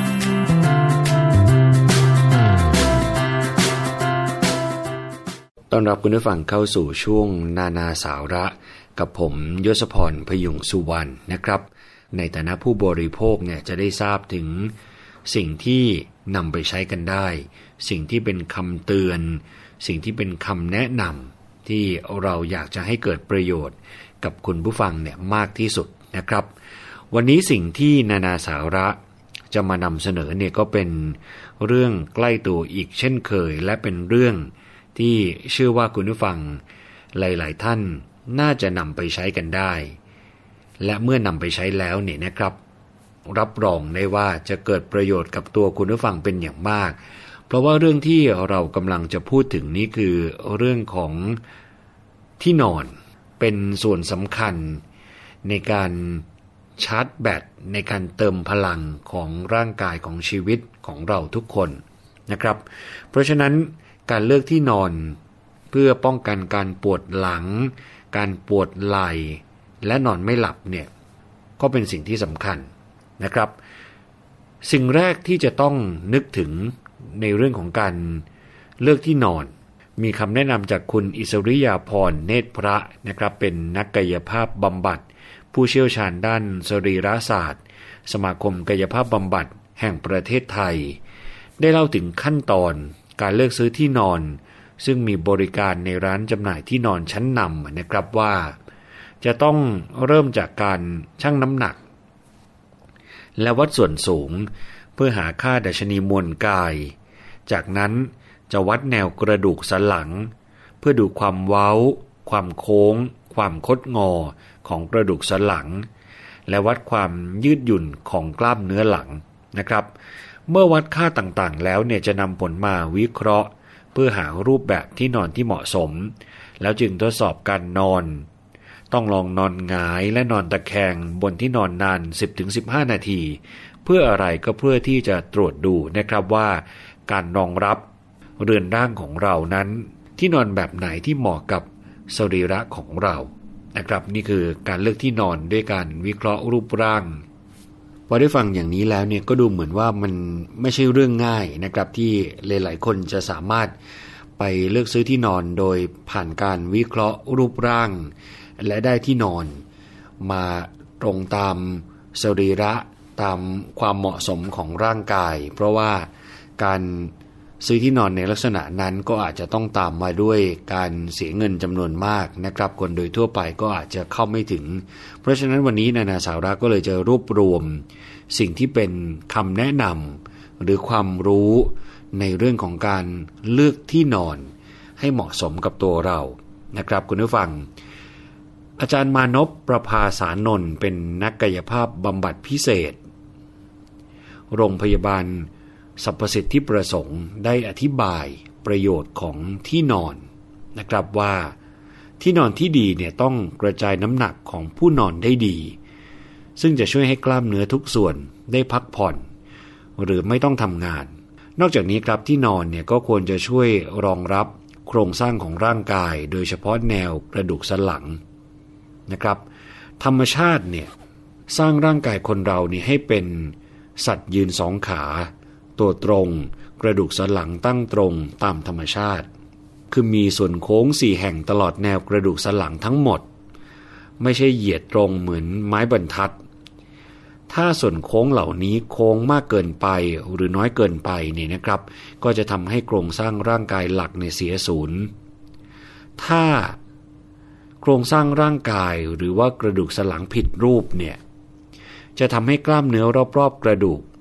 ต้อนรับคุณผู้ฟังเข้าสู่ช่วงนานาสาระกับผมยศพรพยุงสุวรรณนะครับในฐานะผู้บริโภคเนี่ยจะได้ทราบถึงสิ่งที่นำไปใช้กันได้สิ่งที่เป็นคำเตือนสิ่งที่เป็นคำแนะนำที่เราอยากจะให้เกิดประโยชน์กับคุณผู้ฟังเนี่ยมากที่สุดนะครับวันนี้สิ่งที่นานาสาระจะมานำเสนอเนี่ยก็เป็นเรื่องใกล้ตัวอีกเช่นเคยและเป็นเรื่องที่เชื่อว่าคุณผู้ฟังหลายๆท่านน่าจะนำไปใช้กันได้และเมื่อนำไปใช้แล้วเนี่ยนะครับรับรองได้ว่าจะเกิดประโยชน์กับตัวคุณผู้ฟังเป็นอย่างมากเพราะว่าเรื่องที่เรากำลังจะพูดถึงนี้คือเรื่องของที่นอนเป็นส่วนสำคัญในการชาร์จแบตในการเติมพลังของร่างกายของชีวิตของเราทุกคนนะครับเพราะฉะนั้นการเลือกที่นอนเพื่อป้องกันการปวดหลังการปวดไหล่และนอนไม่หลับเนี่ยก็เป็นสิ่งที่สำคัญนะครับสิ่งแรกที่จะต้องนึกถึงในเรื่องของการเลือกที่นอนมีคำแนะนำจากคุณอิสริยาพรเนตรพระนะครับเป็นนักกายภาพบำบัดผู้เชี่ยวชาญด้านสรีรศาสตร์สมาคมกายภาพบำบัดแห่งประเทศไทยได้เล่าถึงขั้นตอนการเลือกซื้อที่นอนซึ่งมีบริการในร้านจำหน่ายที่นอนชั้นนำนะครับว่าจะต้องเริ่มจากการชั่งน้ำหนักและวัดส่วนสูงเพื่อหาค่าดัชนีมวลกายจากนั้นจะวัดแนวกระดูกสันหลังเพื่อดูความเว้าความโค้งความคดงอของกระดูกสันหลังและวัดความยืดหยุ่นของกล้ามเนื้อหลังนะครับเมื่อวัดค่าต่างๆแล้วเนี่ยจะนำผลมาวิเคราะห์เพื่อหารูปแบบที่นอนที่เหมาะสมแล้วจึงทดสอบการนอนต้องลองนอนหงายและนอนตะแคงบนที่นอนนาน 10-15 นาทีเพื่ออะไรก็เพื่อที่จะตรวจดูนะครับว่าการรองรับเรือนร่างของเรานั้นที่นอนแบบไหนที่เหมาะกับสรีระของเรานะครับนี่คือการเลือกที่นอนด้วยการวิเคราะห์รูปร่างพอได้ฟังอย่างนี้แล้วเนี่ยก็ดูเหมือนว่ามันไม่ใช่เรื่องง่ายนะครับที่หลายๆคนจะสามารถไปเลือกซื้อที่นอนโดยผ่านการวิเคราะห์รูปร่างและได้ที่นอนมาตรงตามสรีระตามความเหมาะสมของร่างกายเพราะว่าการซื้อที่นอนในลักษณะนั้นก็อาจจะต้องตามมาด้วยการเสียเงินจำนวนมากนะครับคนโดยทั่วไปก็อาจจะเข้าไม่ถึงเพราะฉะนั้นวันนี้นานาสาระก็เลยจะรวบรวมสิ่งที่เป็นคำแนะนำหรือความรู้ในเรื่องของการเลือกที่นอนให้เหมาะสมกับตัวเรานะครับคุณผู้ฟังอาจารย์มานพประภาสานนท์เป็นนักกายภาพบำบัดพิเศษโรงพยาบาลสรรพสิทธิประสงค์ได้อธิบายประโยชน์ของที่นอนนะครับว่าที่นอนที่ดีเนี่ยต้องกระจายน้ำหนักของผู้นอนได้ดีซึ่งจะช่วยให้กล้ามเนื้อทุกส่วนได้พักผ่อนหรือไม่ต้องทำงานนอกจากนี้ครับที่นอนเนี่ยก็ควรจะช่วยรองรับโครงสร้างของร่างกายโดยเฉพาะแนวกระดูกสันหลังนะครับธรรมชาติเนี่ยสร้างร่างกายคนเรานี่ให้เป็นสัตว์ยืนสองขาตัวตรงกระดูกสันหลังตั้งตรงตามธรรมชาติคือมีส่วนโค้ง4แห่งตลอดแนวกระดูกสันหลังทั้งหมดไม่ใช่เหยียดตรงเหมือนไม้บรรทัดถ้าส่วนโค้งเหล่านี้โค้งมากเกินไปหรือน้อยเกินไปเนี่ยนะครับก็จะทำให้โครงสร้างร่างกายหลักในเสียศูนย์ถ้าโครงสร้างร่างกายหรือว่ากระดูกสันหลังผิดรูปเนี่ยจะทำให้กล้ามเนื้อรอบๆกระดูก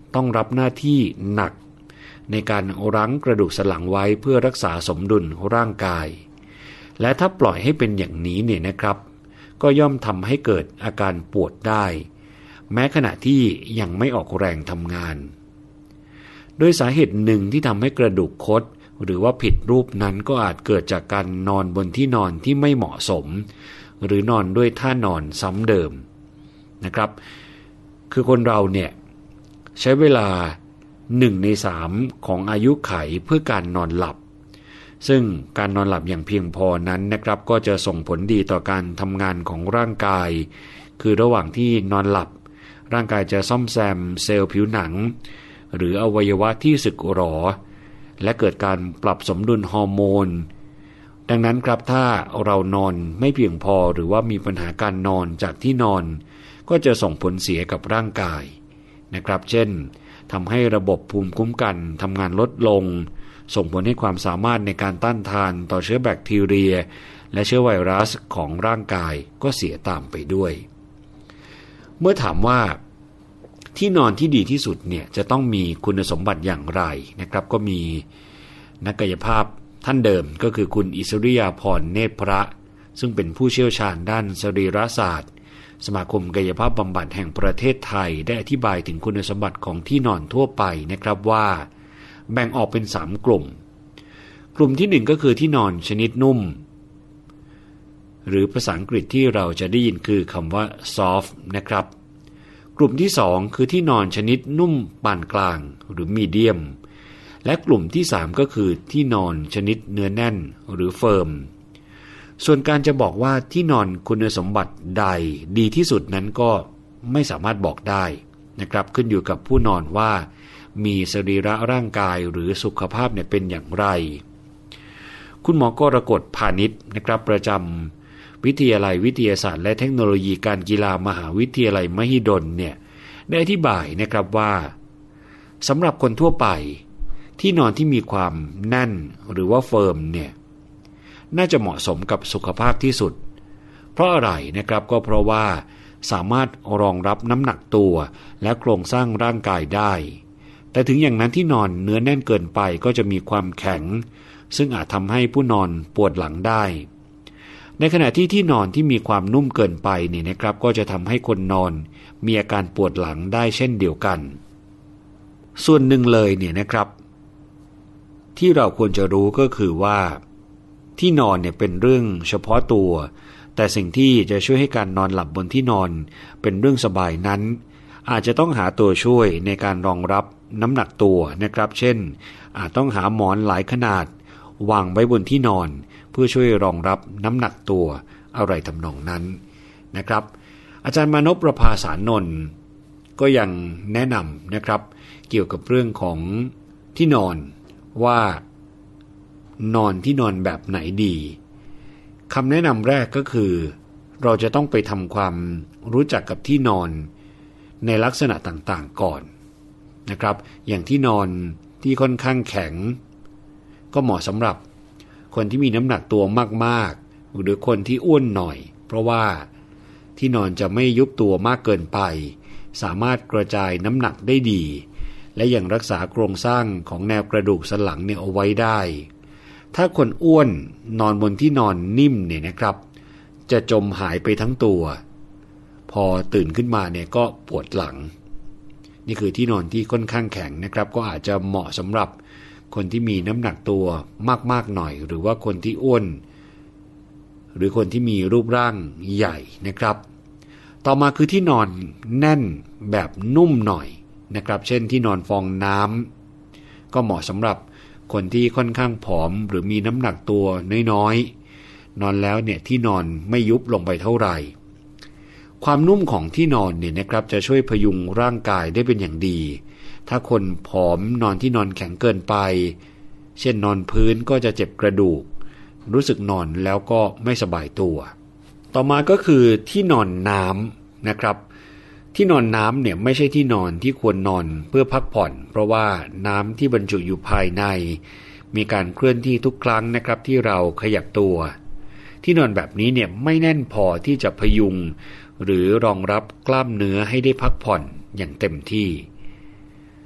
ต้องรับหน้าที่หนักในการรั้งกระดูกสันหลังไว้เพื่อรักษาสมดุลร่างกายและถ้าปล่อยให้เป็นอย่างนี้เนี่ยนะครับก็ย่อมทำให้เกิดอาการปวดได้แม้ขณะที่ยังไม่ออกแรงทำงานโดยสาเหตุหนึ่งที่ทำให้กระดูกคดหรือว่าผิดรูปนั้นก็อาจเกิดจากการนอนบนที่นอนที่ไม่เหมาะสมหรือนอนด้วยท่านอนซ้ำเดิมนะครับคือคนเราเนี่ยใช้เวลา1 ใน 3ของอายุไขเพื่อการนอนหลับซึ่งการนอนหลับอย่างเพียงพอนั้นนะครับก็จะส่งผลดีต่อการทำงานของร่างกายคือระหว่างที่นอนหลับร่างกายจะซ่อมแซมเซลล์ผิวหนังหรืออวัยวะที่สึกหรอและเกิดการปรับสมดุลฮอร์โมนดังนั้นครับถ้าเรานอนไม่เพียงพอหรือว่ามีปัญหาการนอนจากที่นอนก็จะส่งผลเสียกับร่างกายนะครับเช่นทำให้ระบบภูมิคุ้มกันทำงานลดลงส่งผลให้ความสามารถในการต้านทานต่อเชื้อแบคทีเรียและเชื้อไวรัสของร่างกายก็เสียตามไปด้วยเมื่อถามว่าที่นอนที่ดีที่สุดเนี่ยจะต้องมีคุณสมบัติอย่างไรนะครับก็มีนักกายภาพท่านเดิมก็คือคุณอิสริยาภรณ์เนตรพระซึ่งเป็นผู้เชี่ยวชาญด้านสรีรศาสตร์สมาคมกายภาพบำบัดแห่งประเทศไทยได้อธิบายถึงคุณสมบัติของที่นอนทั่วไปนะครับว่าแบ่งออกเป็น3 กลุ่มที่1ก็คือที่นอนชนิดนุ่มหรือภาษาอังกฤษที่เราจะได้ยินคือคำว่า soft นะครับกลุ่มที่2คือที่นอนชนิดนุ่มปานกลางหรือ medium และกลุ่มที่3ก็คือที่นอนชนิดเนื้อแน่นหรือ firm ส่วนการจะบอกว่าที่นอนคุณสมบัติใดดีที่สุดนั้นก็ไม่สามารถบอกได้นะครับขึ้นอยู่กับผู้นอนว่ามีสรีระร่างกายหรือสุขภาพเนี่ยเป็นอย่างไรคุณหมอกรกฎพาณิชย์นะครับประจำวิทยาลัยวิทยาศาสตร์และเทคโนโลยีการกีฬามหาวิทยาลัยมหิดลเนี่ยได้อธิบายนะครับว่าสำหรับคนทั่วไปที่นอนที่มีความแน่นหรือว่าเฟิร์มเนี่ยน่าจะเหมาะสมกับสุขภาพที่สุดเพราะอะไรนะครับก็เพราะว่าสามารถรองรับน้ำหนักตัวและโครงสร้างร่างกายได้แต่ถึงอย่างนั้นที่นอนเนื้อแน่นเกินไปก็จะมีความแข็งซึ่งอาจทำให้ผู้นอนปวดหลังได้ในขณะที่ที่นอนที่มีความนุ่มเกินไปเนี่ยนะครับก็จะทำให้คนนอนมีอาการปวดหลังได้เช่นเดียวกันส่วนหนึ่งเลยเนี่ยนะครับที่เราควรจะรู้ก็คือว่าที่นอนเนี่ยเป็นเรื่องเฉพาะตัวแต่สิ่งที่จะช่วยให้การนอนหลับบนที่นอนเป็นเรื่องสบายนั้นอาจจะต้องหาตัวช่วยในการรองรับน้ำหนักตัวนะครับเช่นอาจต้องหาหมอนหลายขนาดวางไว้บนที่นอนเพื่อช่วยรองรับน้ำหนักตัวอะไรทำนองนั้นนะครับอาจารย์มานพประภาสานนท์ก็ยังแนะนำนะครับเกี่ยวกับเรื่องของที่นอนว่านอนที่นอนแบบไหนดีคำแนะนำแรกก็คือเราจะต้องไปทำความรู้จักกับที่นอนในลักษณะต่างๆก่อนนะครับอย่างที่นอนที่ค่อนข้างแข็งก็เหมาะสำหรับคนที่มีน้ำหนักตัวมากๆหรือคนที่อ้วนหน่อยเพราะว่าที่นอนจะไม่ยุบตัวมากเกินไปสามารถกระจายน้ำหนักได้ดีและยังรักษาโครงสร้างของแนวกระดูกสันหลังเนี่ยเอาไว้ได้ถ้าคนอ้วนนอนบนที่นอนนิ่มเนี่ยนะครับจะจมหายไปทั้งตัวพอตื่นขึ้นมาเนี่ยก็ปวดหลังนี่คือที่นอนที่ค่อนข้างแข็งนะครับก็อาจจะเหมาะสำหรับคนที่มีน้ำหนักตัวมากๆหน่อยหรือว่าคนที่อ้วนหรือคนที่มีรูปร่างใหญ่นะครับต่อมาคือที่นอนแน่นแบบนุ่มหน่อยนะครับเช่นที่นอนฟองน้ำก็เหมาะสำหรับคนที่ค่อนข้างผอมหรือมีน้ำหนักตัวน้อยๆนอนแล้วเนี่ยที่นอนไม่ยุบลงไปเท่าไหร่ความนุ่มของที่นอนเนี่ยนะครับจะช่วยพยุงร่างกายได้เป็นอย่างดีถ้าคนผอมนอนที่นอนแข็งเกินไปเช่นนอนพื้นก็จะเจ็บกระดูกรู้สึกนอนแล้วก็ไม่สบายตัวต่อมาก็คือที่นอนน้ำนะครับที่นอนน้ำเนี่ยไม่ใช่ที่นอนที่ควรนอนเพื่อพักผ่อนเพราะว่าน้ำที่บรรจุอยู่ภายในมีการเคลื่อนที่ทุกครั้งนะครับที่เราขยับตัวที่นอนแบบนี้เนี่ยไม่แน่นพอที่จะพยุงหรือรองรับกล้ามเนื้อให้ได้พักผ่อนอย่างเต็มที่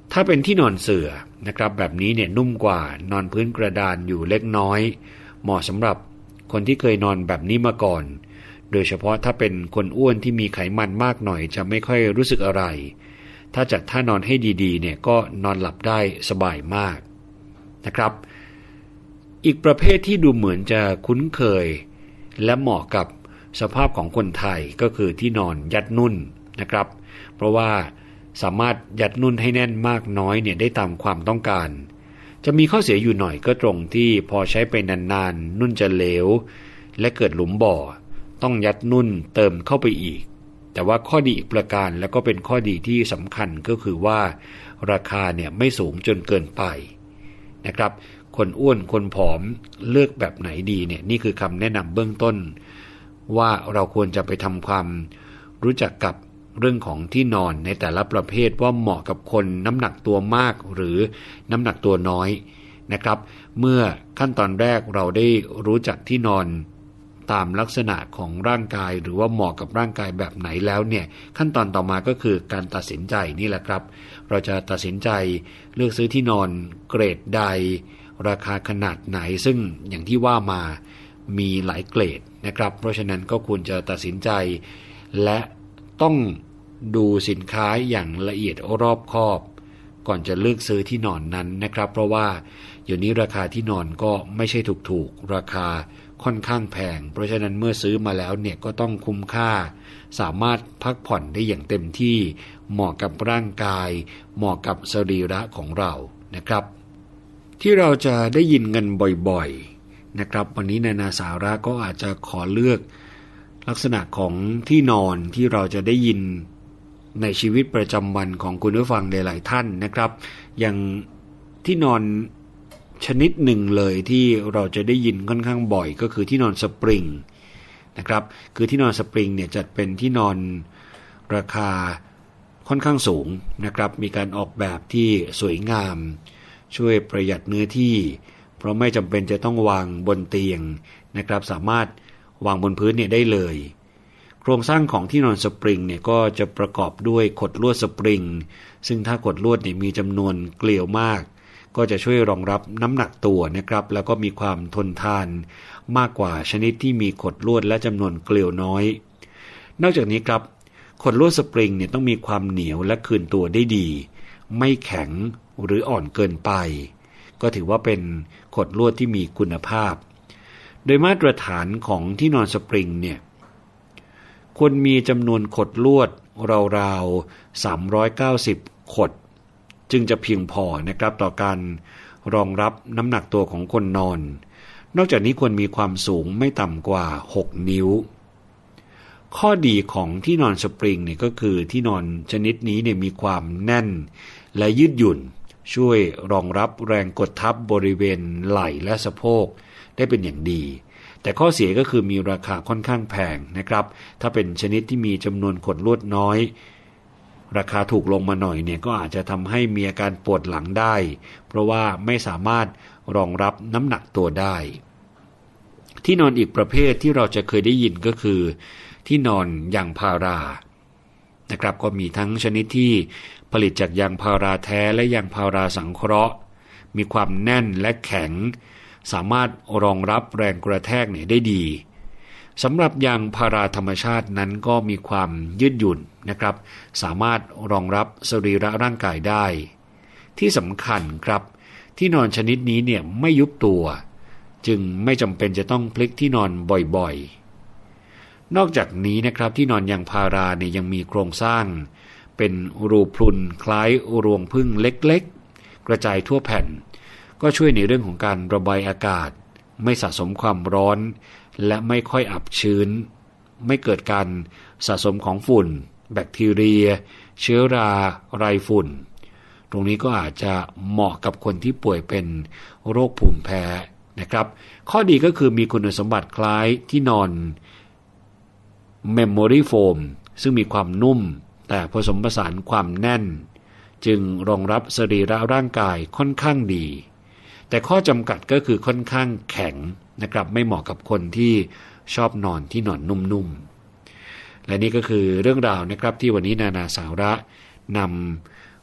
ถ้าเป็นที่นอนเสื่อนะครับแบบนี้เนี่ยนุ่มกว่านอนพื้นกระดานอยู่เล็กน้อยเหมาะสำหรับคนที่เคยนอนแบบนี้มาก่อนโดยเฉพาะถ้าเป็นคนอ้วนที่มีไขมันมากหน่อยจะไม่ค่อยรู้สึกอะไรถ้าจัดท่านอนให้ดีๆเนี่ยก็นอนหลับได้สบายมากนะครับอีกประเภทที่ดูเหมือนจะคุ้นเคยและเหมาะกับสภาพของคนไทยก็คือที่นอนยัดนุ่นนะครับเพราะว่าสามารถยัดนุ่นให้แน่นมากน้อยเนี่ยได้ตามความต้องการจะมีข้อเสียอยู่หน่อยก็ตรงที่พอใช้ไปนานๆนุ่นจะเหลวและเกิดหลุมบ่อต้องยัดนุ่นเติมเข้าไปอีกแต่ว่าข้อดีอีกประการแล้วก็เป็นข้อดีที่สำคัญก็คือว่าราคาเนี่ยไม่สูงจนเกินไปนะครับคนอ้วนคนผอมเลือกแบบไหนดีเนี่ยนี่คือคำแนะนำเบื้องต้นว่าเราควรจะไปทำความรู้จักกับเรื่องของที่นอนในแต่ละประเภทว่าเหมาะกับคนน้ำหนักตัวมากหรือน้ำหนักตัวน้อยนะครับเมื่อขั้นตอนแรกเราได้รู้จักที่นอนตามลักษณะของร่างกายหรือว่าเหมาะกับร่างกายแบบไหนแล้วเนี่ยขั้นตอนต่อมาก็คือการตัดสินใจนี่แหละครับเราจะตัดสินใจเลือกซื้อที่นอนเกรดใดราคาขนาดไหนซึ่งอย่างที่ว่ามามีหลายเกรดนะครับเพราะฉะนั้นก็ควรจะตัดสินใจและต้องดูสินค้าอย่างละเอียดรอบคอบก่อนจะเลือกซื้อที่นอนนั้นนะครับเพราะว่าเดี๋ยวนี้ราคาที่นอนก็ไม่ใช่ถูกๆราคาค่อนข้างแพงเพราะฉะนั้นเมื่อซื้อมาแล้วเนี่ยก็ต้องคุ้มค่าสามารถพักผ่อนได้อย่างเต็มที่เหมาะกับร่างกายเหมาะกับสรีระของเรานะครับที่เราจะได้ยินกันบ่อยๆนะครับวันนี้นานาสาระก็อาจจะขอเลือกลักษณะของที่นอนที่เราจะได้ยินในชีวิตประจำวันของคุณผู้ฟังหลายๆท่านนะครับอย่างที่นอนชนิดหนึ่งเลยที่เราจะได้ยินค่อนข้างบ่อยก็คือที่นอนสปริงนะครับคือที่นอนสปริงเนี่ยจัดเป็นที่นอนราคาค่อนข้างสูงนะครับมีการออกแบบที่สวยงามช่วยประหยัดเนื้อที่เพราะไม่จำเป็นจะต้องวางบนเตียงนะครับสามารถวางบนพื้นเนี่ยได้เลยโครงสร้างของที่นอนสปริงเนี่ยก็จะประกอบด้วยขดลวดสปริงซึ่งถ้าขดลวดเนี่ยมีจำนวนเกลียวมากก็จะช่วยรองรับน้ำหนักตัวนะครับแล้วก็มีความทนทานมากกว่าชนิดที่มีขดลวดและจำนวนเกลียวน้อยนอกจากนี้ครับขดลวดสปริงเนี่ยต้องมีความเหนียวและคืนตัวได้ดีไม่แข็งหรืออ่อนเกินไปก็ถือว่าเป็นขดลวดที่มีคุณภาพโดยมาตรฐานของที่นอนสปริงเนี่ยควรมีจำนวนขดลวดราวๆ390ขดจึงจะเพียงพอนะครับต่อการรองรับน้ำหนักตัวของคนนอนนอกจากนี้ควรมีความสูงไม่ต่ำกว่า6นิ้วข้อดีของที่นอนสปริงเนี่ยก็คือที่นอนชนิดนี้เนี่ยมีความแน่นและยืดหยุ่นช่วยรองรับแรงกดทับบริเวณไหล่และสะโพกได้เป็นอย่างดีแต่ข้อเสียก็คือมีราคาค่อนข้างแพงนะครับถ้าเป็นชนิดที่มีจำนวนขดลวดน้อยราคาถูกลงมาหน่อยเนี่ยก็อาจจะทำให้มีอาการปวดหลังได้เพราะว่าไม่สามารถรองรับน้ำหนักตัวได้ที่นอนอีกประเภทที่เราจะเคยได้ยินก็คือที่นอนยางพารานะครับก็มีทั้งชนิดที่ผลิตจากยางพาราแท้และยางพาราสังเคราะห์มีความแน่นและแข็งสามารถรองรับแรงกระแทกเนี่ยได้ดีสำหรับยางพาราธรรมชาตินั้นก็มีความยืดหยุ่นนะครับสามารถรองรับสรีระร่างกายได้ที่สำคัญครับที่นอนชนิดนี้เนี่ยไม่ยุบตัวจึงไม่จำเป็นจะต้องพลิกที่นอนบ่อยๆนอกจากนี้นะครับที่นอนยางพาราเนี่ยยังมีโครงสร้างเป็นรูพรุนคล้ายรวงผึ้งเล็กๆกระจายทั่วแผ่นก็ช่วยในเรื่องของการระบายอากาศไม่สะสมความร้อนและไม่ค่อยอับชื้นไม่เกิดการสะสมของฝุ่นแบคทีเรียเชื้อราไรฝุ่นตรงนี้ก็อาจจะเหมาะกับคนที่ป่วยเป็นโรคภูมิแพ้นะครับข้อดีก็คือมีคุณสมบัติคล้ายที่นอนเมมโมรี่โฟมซึ่งมีความนุ่มแต่ผสมผสานความแน่นจึงรองรับสรีระร่างกายค่อนข้างดีแต่ข้อจำกัดก็คือค่อนข้างแข็งนะครับไม่เหมาะกับคนที่ชอบนอนที่นอนนุ่มๆและนี่ก็คือเรื่องราวนะครับที่วันนี้นานาสาระน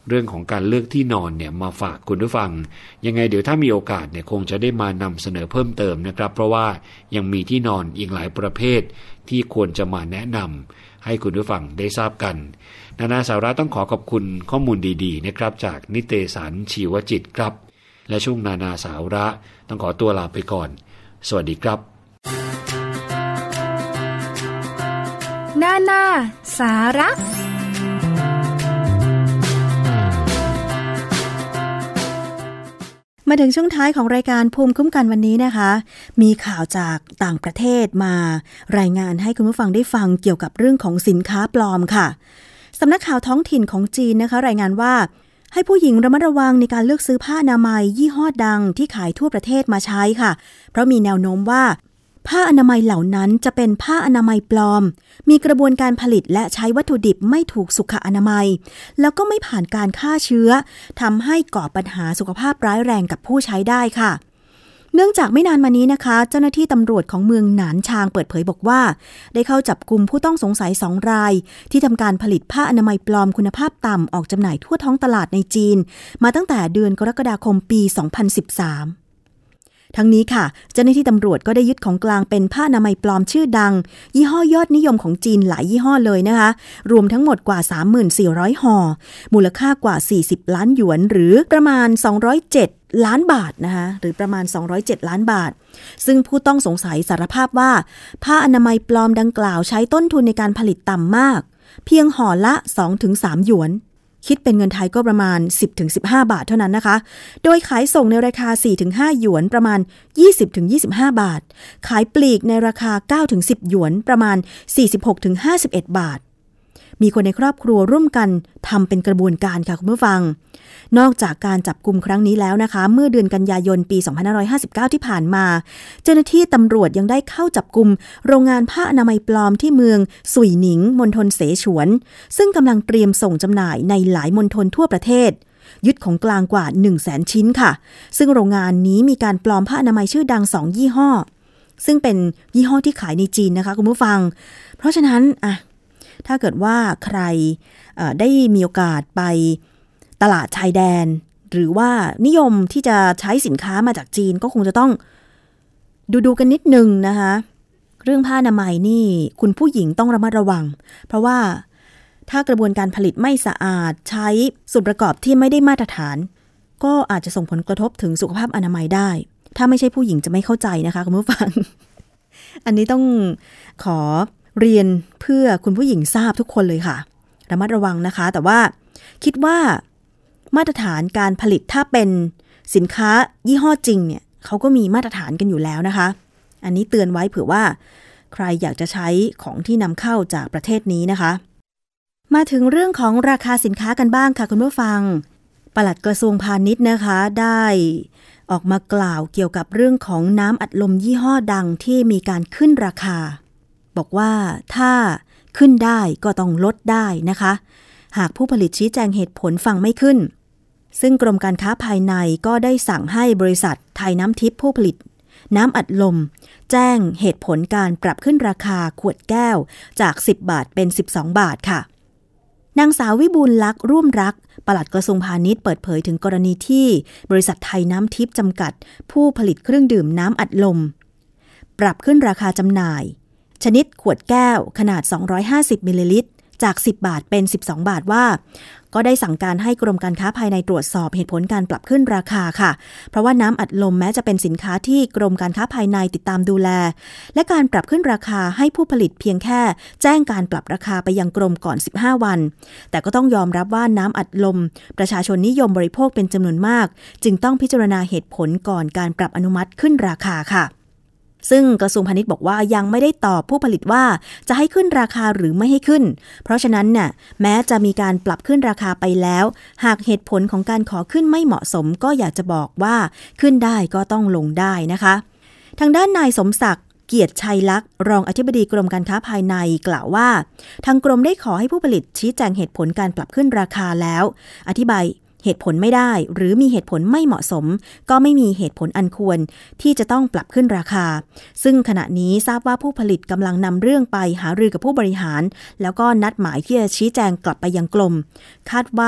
เรื่องของการเลือกที่นอนเนี่ยมาฝากคุณผู้ฟังยังไงเดี๋ยวถ้ามีโอกาสเนี่ยคงจะได้มานำเสนอเพิ่มเติมนะครับเพราะว่ายังมีที่นอนอีกหลายประเภทที่ควรจะมาแนะนำให้คุณผู้ฟังได้ทราบกันนานาสาระต้องขอบคุณข้อมูลดีๆนะครับจากนิตยสารชีวจิตครับและช่วงนานาสาระต้องขอตัวลาไปก่อนสวัสดีครับนานาสาระมาถึงช่วงท้ายของรายการภูมิคุ้มกันวันนี้นะคะมีข่าวจากต่างประเทศมารายงานให้คุณผู้ฟังได้ฟังเกี่ยวกับเรื่องของสินค้าปลอมค่ะสำนักข่าวท้องถิ่นของจีนนะคะรายงานว่าให้ผู้หญิงระมัดระวังในการเลือกซื้อผ้าอนามัยยี่ห้อดังที่ขายทั่วประเทศมาใช้ค่ะเพราะมีแนวโน้มว่าผ้าอนามัยเหล่านั้นจะเป็นผ้าอนามัยปลอมมีกระบวนการผลิตและใช้วัตถุดิบไม่ถูกสุขอนามัยแล้วก็ไม่ผ่านการฆ่าเชื้อทำให้ก่อปัญหาสุขภาพร้ายแรงกับผู้ใช้ได้ค่ะเนื่องจากไม่นานมานี้นะคะเจ้าหน้าที่ตำรวจของเมืองหนานชางเปิดเผยบอกว่าได้เข้าจับกุมผู้ต้องสงสัย2 รายที่ทำการผลิตผ้าอนามัยปลอมคุณภาพต่ำออกจำหน่ายทั่วท้องตลาดในจีนมาตั้งแต่เดือนกรกฎาคมปี 2013ทั้งนี้ค่ะเจ้าหน้าที่ตำรวจก็ได้ยึดของกลางเป็นผ้าอนามัยปลอมชื่อดังยี่ห้อยอดนิยมของจีนหลายยี่ห้อเลยนะคะรวมทั้งหมดกว่า 34,000 ห่อมูลค่ากว่า40ล้านหยวนหรือประมาณ207ล้านบาทนะคะหรือประมาณ207ล้านบาทซึ่งผู้ต้องสงสัยสารภาพว่าผ้าอนามัยปลอมดังกล่าวใช้ต้นทุนในการผลิตต่ำมากเพียงห่อละ 2-3 หยวนคิดเป็นเงินไทยก็ประมาณ 10-15 บาทเท่านั้นนะคะโดยขายส่งในราคา 4-5 หยวนประมาณ 20-25 บาทขายปลีกในราคา 9-10 หยวนประมาณ 46-51 บาทมีคนในครอบครัวร่วมกันทำเป็นกระบวนการค่ะคุณผู้ฟังนอกจากการจับกุมครั้งนี้แล้วนะคะเมื่อเดือนกันยายนปี 2559 ที่ผ่านมาเจ้าหน้าที่ตำรวจยังได้เข้าจับกุมโรงงานผ้าอนามัยปลอมที่เมืองสุยหนิงมณฑลเสฉวนซึ่งกำลังเตรียมส่งจำหน่ายในหลายมณฑลทั่วประเทศยึดของกลางกว่า 100,000 ชิ้นค่ะซึ่งโรงงานนี้มีการปลอมผ้าอนามัยชื่อดัง2 ยี่ห้อซึ่งเป็นยี่ห้อที่ขายในจีนนะคะคุณผู้ฟังเพราะฉะนั้นถ้าเกิดว่าใครได้มีโอกาสไปตลาดชายแดนหรือว่านิยมที่จะใช้สินค้ามาจากจีนก็คงจะต้องดูกันนิดนึงนะคะเรื่องผ้าอนามัยนี่คุณผู้หญิงต้องระมัดระวังเพราะว่าถ้ากระบวนการผลิตไม่สะอาดใช้ส่วนประกอบที่ไม่ได้มาตรฐานก็อาจจะส่งผลกระทบถึงสุขภาพอนามัยได้ถ้าไม่ใช่ผู้หญิงจะไม่เข้าใจนะคะคุณผู้ฟัง อันนี้ต้องขอเรียนเพื่อคุณผู้หญิงทราบทุกคนเลยค่ะระมัดระวังนะคะแต่ว่าคิดว่ามาตรฐานการผลิตถ้าเป็นสินค้ายี่ห้อจริงเนี่ยเขาก็มีมาตรฐานกันอยู่แล้วนะคะอันนี้เตือนไว้เผื่อว่าใครอยากจะใช้ของที่นำเข้าจากประเทศนี้นะคะมาถึงเรื่องของราคาสินค้ากันบ้างค่ะคุณผู้ฟังปลัดกระทรวงพาณิชย์นะคะได้ออกมากล่าวเกี่ยวกับเรื่องของน้ำอัดลมยี่ห้อดังที่มีการขึ้นราคาบอกว่าถ้าขึ้นได้ก็ต้องลดได้นะคะหากผู้ผลิตชี้แจงเหตุผลฟังไม่ขึ้นซึ่งกรมการค้าภายในก็ได้สั่งให้บริษัทไทยน้ำทิพย์ผู้ผลิตน้ำอัดลมแจ้งเหตุผลการปรับขึ้นราคาขวดแก้วจาก10 บาทเป็น12 บาทค่ะนางสาววิบูลย์ลักษณ์ร่วมรักปลัดกระทรวงพาณิชย์เปิดเผยถึงกรณีที่บริษัทไทยน้ำทิพย์จำกัดผู้ผลิตเครื่องดื่มน้ำอัดลมปรับขึ้นราคาจำหน่ายชนิดขวดแก้วขนาด250มิลลิลิตรจาก 10 บาทเป็น 12 บาทว่าก็ได้สั่งการให้กรมการค้าภายในตรวจสอบเหตุผลการปรับขึ้นราคาค่ะเพราะว่าน้ำอัดลมแม้จะเป็นสินค้าที่กรมการค้าภายในติดตามดูแลและการปรับขึ้นราคาให้ผู้ผลิตเพียงแค่แจ้งการปรับราคาไปยังกรมก่อน15 วันแต่ก็ต้องยอมรับว่าน้ำอัดลมประชาชนนิยมบริโภคเป็นจำนวนมากจึงต้องพิจารณาเหตุผลก่อนการปรับอนุมัติขึ้นราคาค่ะซึ่งกระทรวงพาณิชย์บอกว่ายังไม่ได้ตอบผู้ผลิตว่าจะให้ขึ้นราคาหรือไม่ให้ขึ้นเพราะฉะนั้นเนี่ยแม้จะมีการปรับขึ้นราคาไปแล้วหากเหตุผลของการขอขึ้นไม่เหมาะสมก็อยากจะบอกว่าขึ้นได้ก็ต้องลงได้นะคะทางด้านนายสมศักดิ์เกียรติชัยลักษณ์รองอธิบดีกรมการค้าภายในกล่าวว่าทางกรมได้ขอให้ผู้ผลิตชี้แจงเหตุผลการปรับขึ้นราคาแล้วอธิบายเหตุผลไม่ได้หรือมีเหตุผลไม่เหมาะสมก็ไม่มีเหตุผลอันควรที่จะต้องปรับขึ้นราคาซึ่งขณะนี้ทราบว่าผู้ผลิตกำลังนำเรื่องไปหารือกับผู้บริหารแล้วก็นัดหมายที่จะชี้แจงกลับไปยังกรมคาดว่า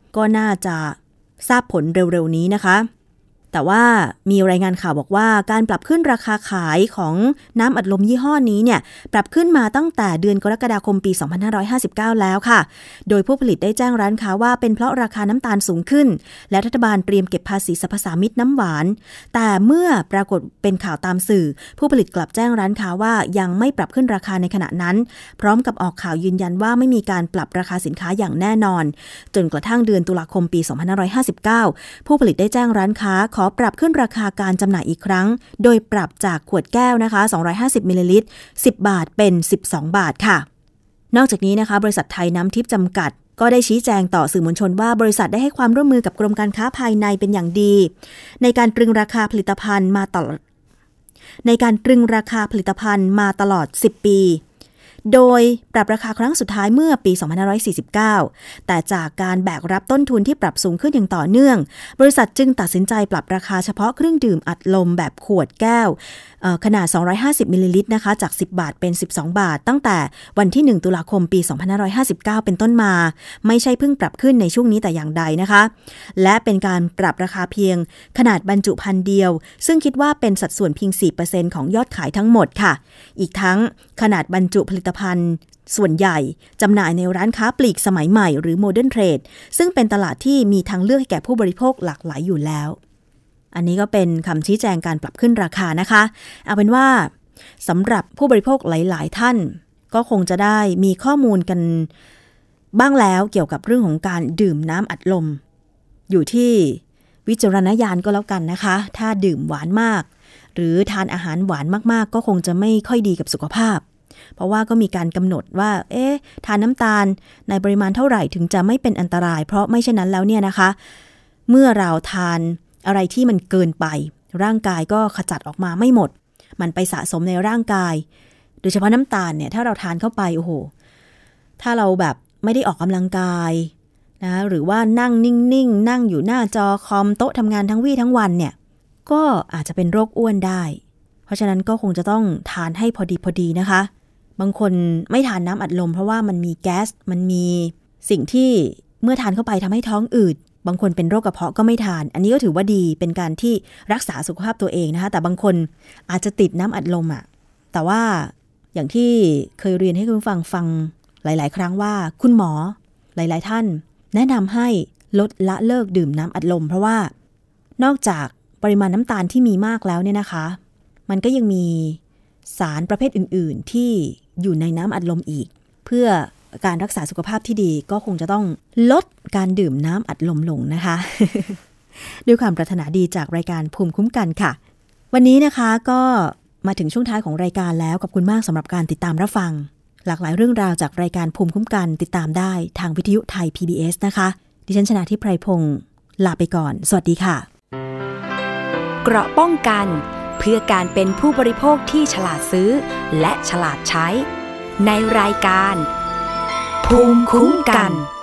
ก็น่าจะทราบผลเร็วๆนี้นะคะแต่ว่ามีรายงานข่าวบอกว่าการปรับขึ้นราคาขายของน้ำอัดลมยี่ห้อนี้เนี่ยปรับขึ้นมาตั้งแต่เดือนกรกฎาคมปี 2559 แล้วค่ะโดยผู้ผลิตได้แจ้งร้านค้าว่าเป็นเพราะราคาน้ำตาลสูงขึ้นและรัฐบาลเตรียมเก็บภาษีสรรพสามิตน้ำหวานแต่เมื่อปรากฏเป็นข่าวตามสื่อผู้ผลิตกลับแจ้งร้านค้าว่ายังไม่ปรับขึ้นราคาในขณะนั้นพร้อมกับออกข่าวยืนยันว่าไม่มีการปรับราคาสินค้าอย่างแน่นอนจนกระทั่งเดือนตุลาคมปี 2559 ผู้ผลิตได้แจ้งร้านค้าขอปรับขึ้นราคาการจำหน่ายอีกครั้งโดยปรับจากขวดแก้วนะคะ250มิลลิลิตร10 บาทเป็น12 บาทค่ะนอกจากนี้นะคะบริษัทไทยน้ำทิพย์จำกัดก็ได้ชี้แจงต่อสื่อมวลชนว่าบริษัทได้ให้ความร่วมมือกับกรมการค้าภายในเป็นอย่างดีในการตรึงราคาผลิตภัณฑ์มาตลอด10 ปีโดยปรับราคาครั้งสุดท้ายเมื่อปี 2549 แต่จากการแบกรับต้นทุนที่ปรับสูงขึ้นอย่างต่อเนื่องบริษัทจึงตัดสินใจปรับราคาเฉพาะเครื่องดื่มอัดลมแบบขวดแก้วขนาด250มิลลิลิตรนะคะจาก10 บาทเป็น12 บาทตั้งแต่วันที่1ตุลาคมปี 2559 เป็นต้นมาไม่ใช่เพิ่งปรับขึ้นในช่วงนี้แต่อย่างใดนะคะและเป็นการปรับราคาเพียงขนาดบรรจุภัณฑ์เดียวซึ่งคิดว่าเป็นสัดส่วนเพียง 4% ของยอดขายทั้งหมดค่ะอีกทั้งขนาดบรรจุผลิตภัณฑ์ส่วนใหญ่จำหน่ายในร้านค้าปลีกสมัยใหม่หรือโมเดิร์นเทรดซึ่งเป็นตลาดที่มีทางเลือกให้แก่ผู้บริโภคหลากหลายอยู่แล้วอันนี้ก็เป็นคำชี้แจงการปรับขึ้นราคานะคะเอาเป็นว่าสำหรับผู้บริโภคหลายๆท่านก็คงจะได้มีข้อมูลกันบ้างแล้วเกี่ยวกับเรื่องของการดื่มน้ำอัดลมอยู่ที่วิจารณญาณก็แล้วกันนะคะถ้าดื่มหวานมากหรือทานอาหารหวานมากๆก็คงจะไม่ค่อยดีกับสุขภาพเพราะว่าก็มีการกำหนดว่าทานน้ำตาลในปริมาณเท่าไหร่ถึงจะไม่เป็นอันตรายเพราะไม่เช่นนั้นแล้วเนี่ยนะคะเมื่อเราทานอะไรที่มันเกินไปร่างกายก็ขจัดออกมาไม่หมดมันไปสะสมในร่างกายโดยเฉพาะน้ำตาลเนี่ยถ้าเราทานเข้าไปโอ้โหถ้าเราแบบไม่ได้ออกกำลังกายนะหรือว่านั่งนิ่งๆนั่งอยู่หน้าจอคอมโต๊ะทำงานทั้งวี่ทั้งวันเนี่ยก็อาจจะเป็นโรคอ้วนได้เพราะฉะนั้นก็คงจะต้องทานให้พอดีนะคะบางคนไม่ทานน้ำอัดลมเพราะว่ามันมีแก๊สมันมีสิ่งที่เมื่อทานเข้าไปทำให้ท้องอืดบางคนเป็นโรคกระเพาะก็ไม่ทานอันนี้ก็ถือว่าดีเป็นการที่รักษาสุขภาพตัวเองนะคะแต่บางคนอาจจะติดน้ำอัดลมแต่ว่าอย่างที่เคยเรียนให้คุณฟังหลายๆครั้งว่าคุณหมอหลายๆท่านแนะนำให้ลดละเลิกดื่มน้ำอัดลมเพราะว่านอกจากปริมาณน้ำตาลที่มีมากแล้วเนี่ยนะคะมันก็ยังมีสารประเภทอื่นๆที่อยู่ในน้ำอัดลมอีกเพื่อการรักษาสุขภาพที่ดีก็คงจะต้องลดการดื่มน้ำอัดลมลงนะคะ ด้วยความปรารถนาดีจากรายการภูมิคุ้มกันค่ะวันนี้นะคะก็มาถึงช่วงท้ายของรายการแล้วขอบคุณมากสำหรับการติดตามรับฟังหลากหลายเรื่องราวจากรายการภูมิคุ้มกันติดตามได้ทางวิทยุไทย PBS นะคะดิฉันชนาธิไพรพงศ์ลาไปก่อนสวัสดีค่ะเกราะป้องกันเพื่อการเป็นผู้บริโภคที่ฉลาดซื้อและฉลาดใช้ในรายการภูมิคุ้มกัน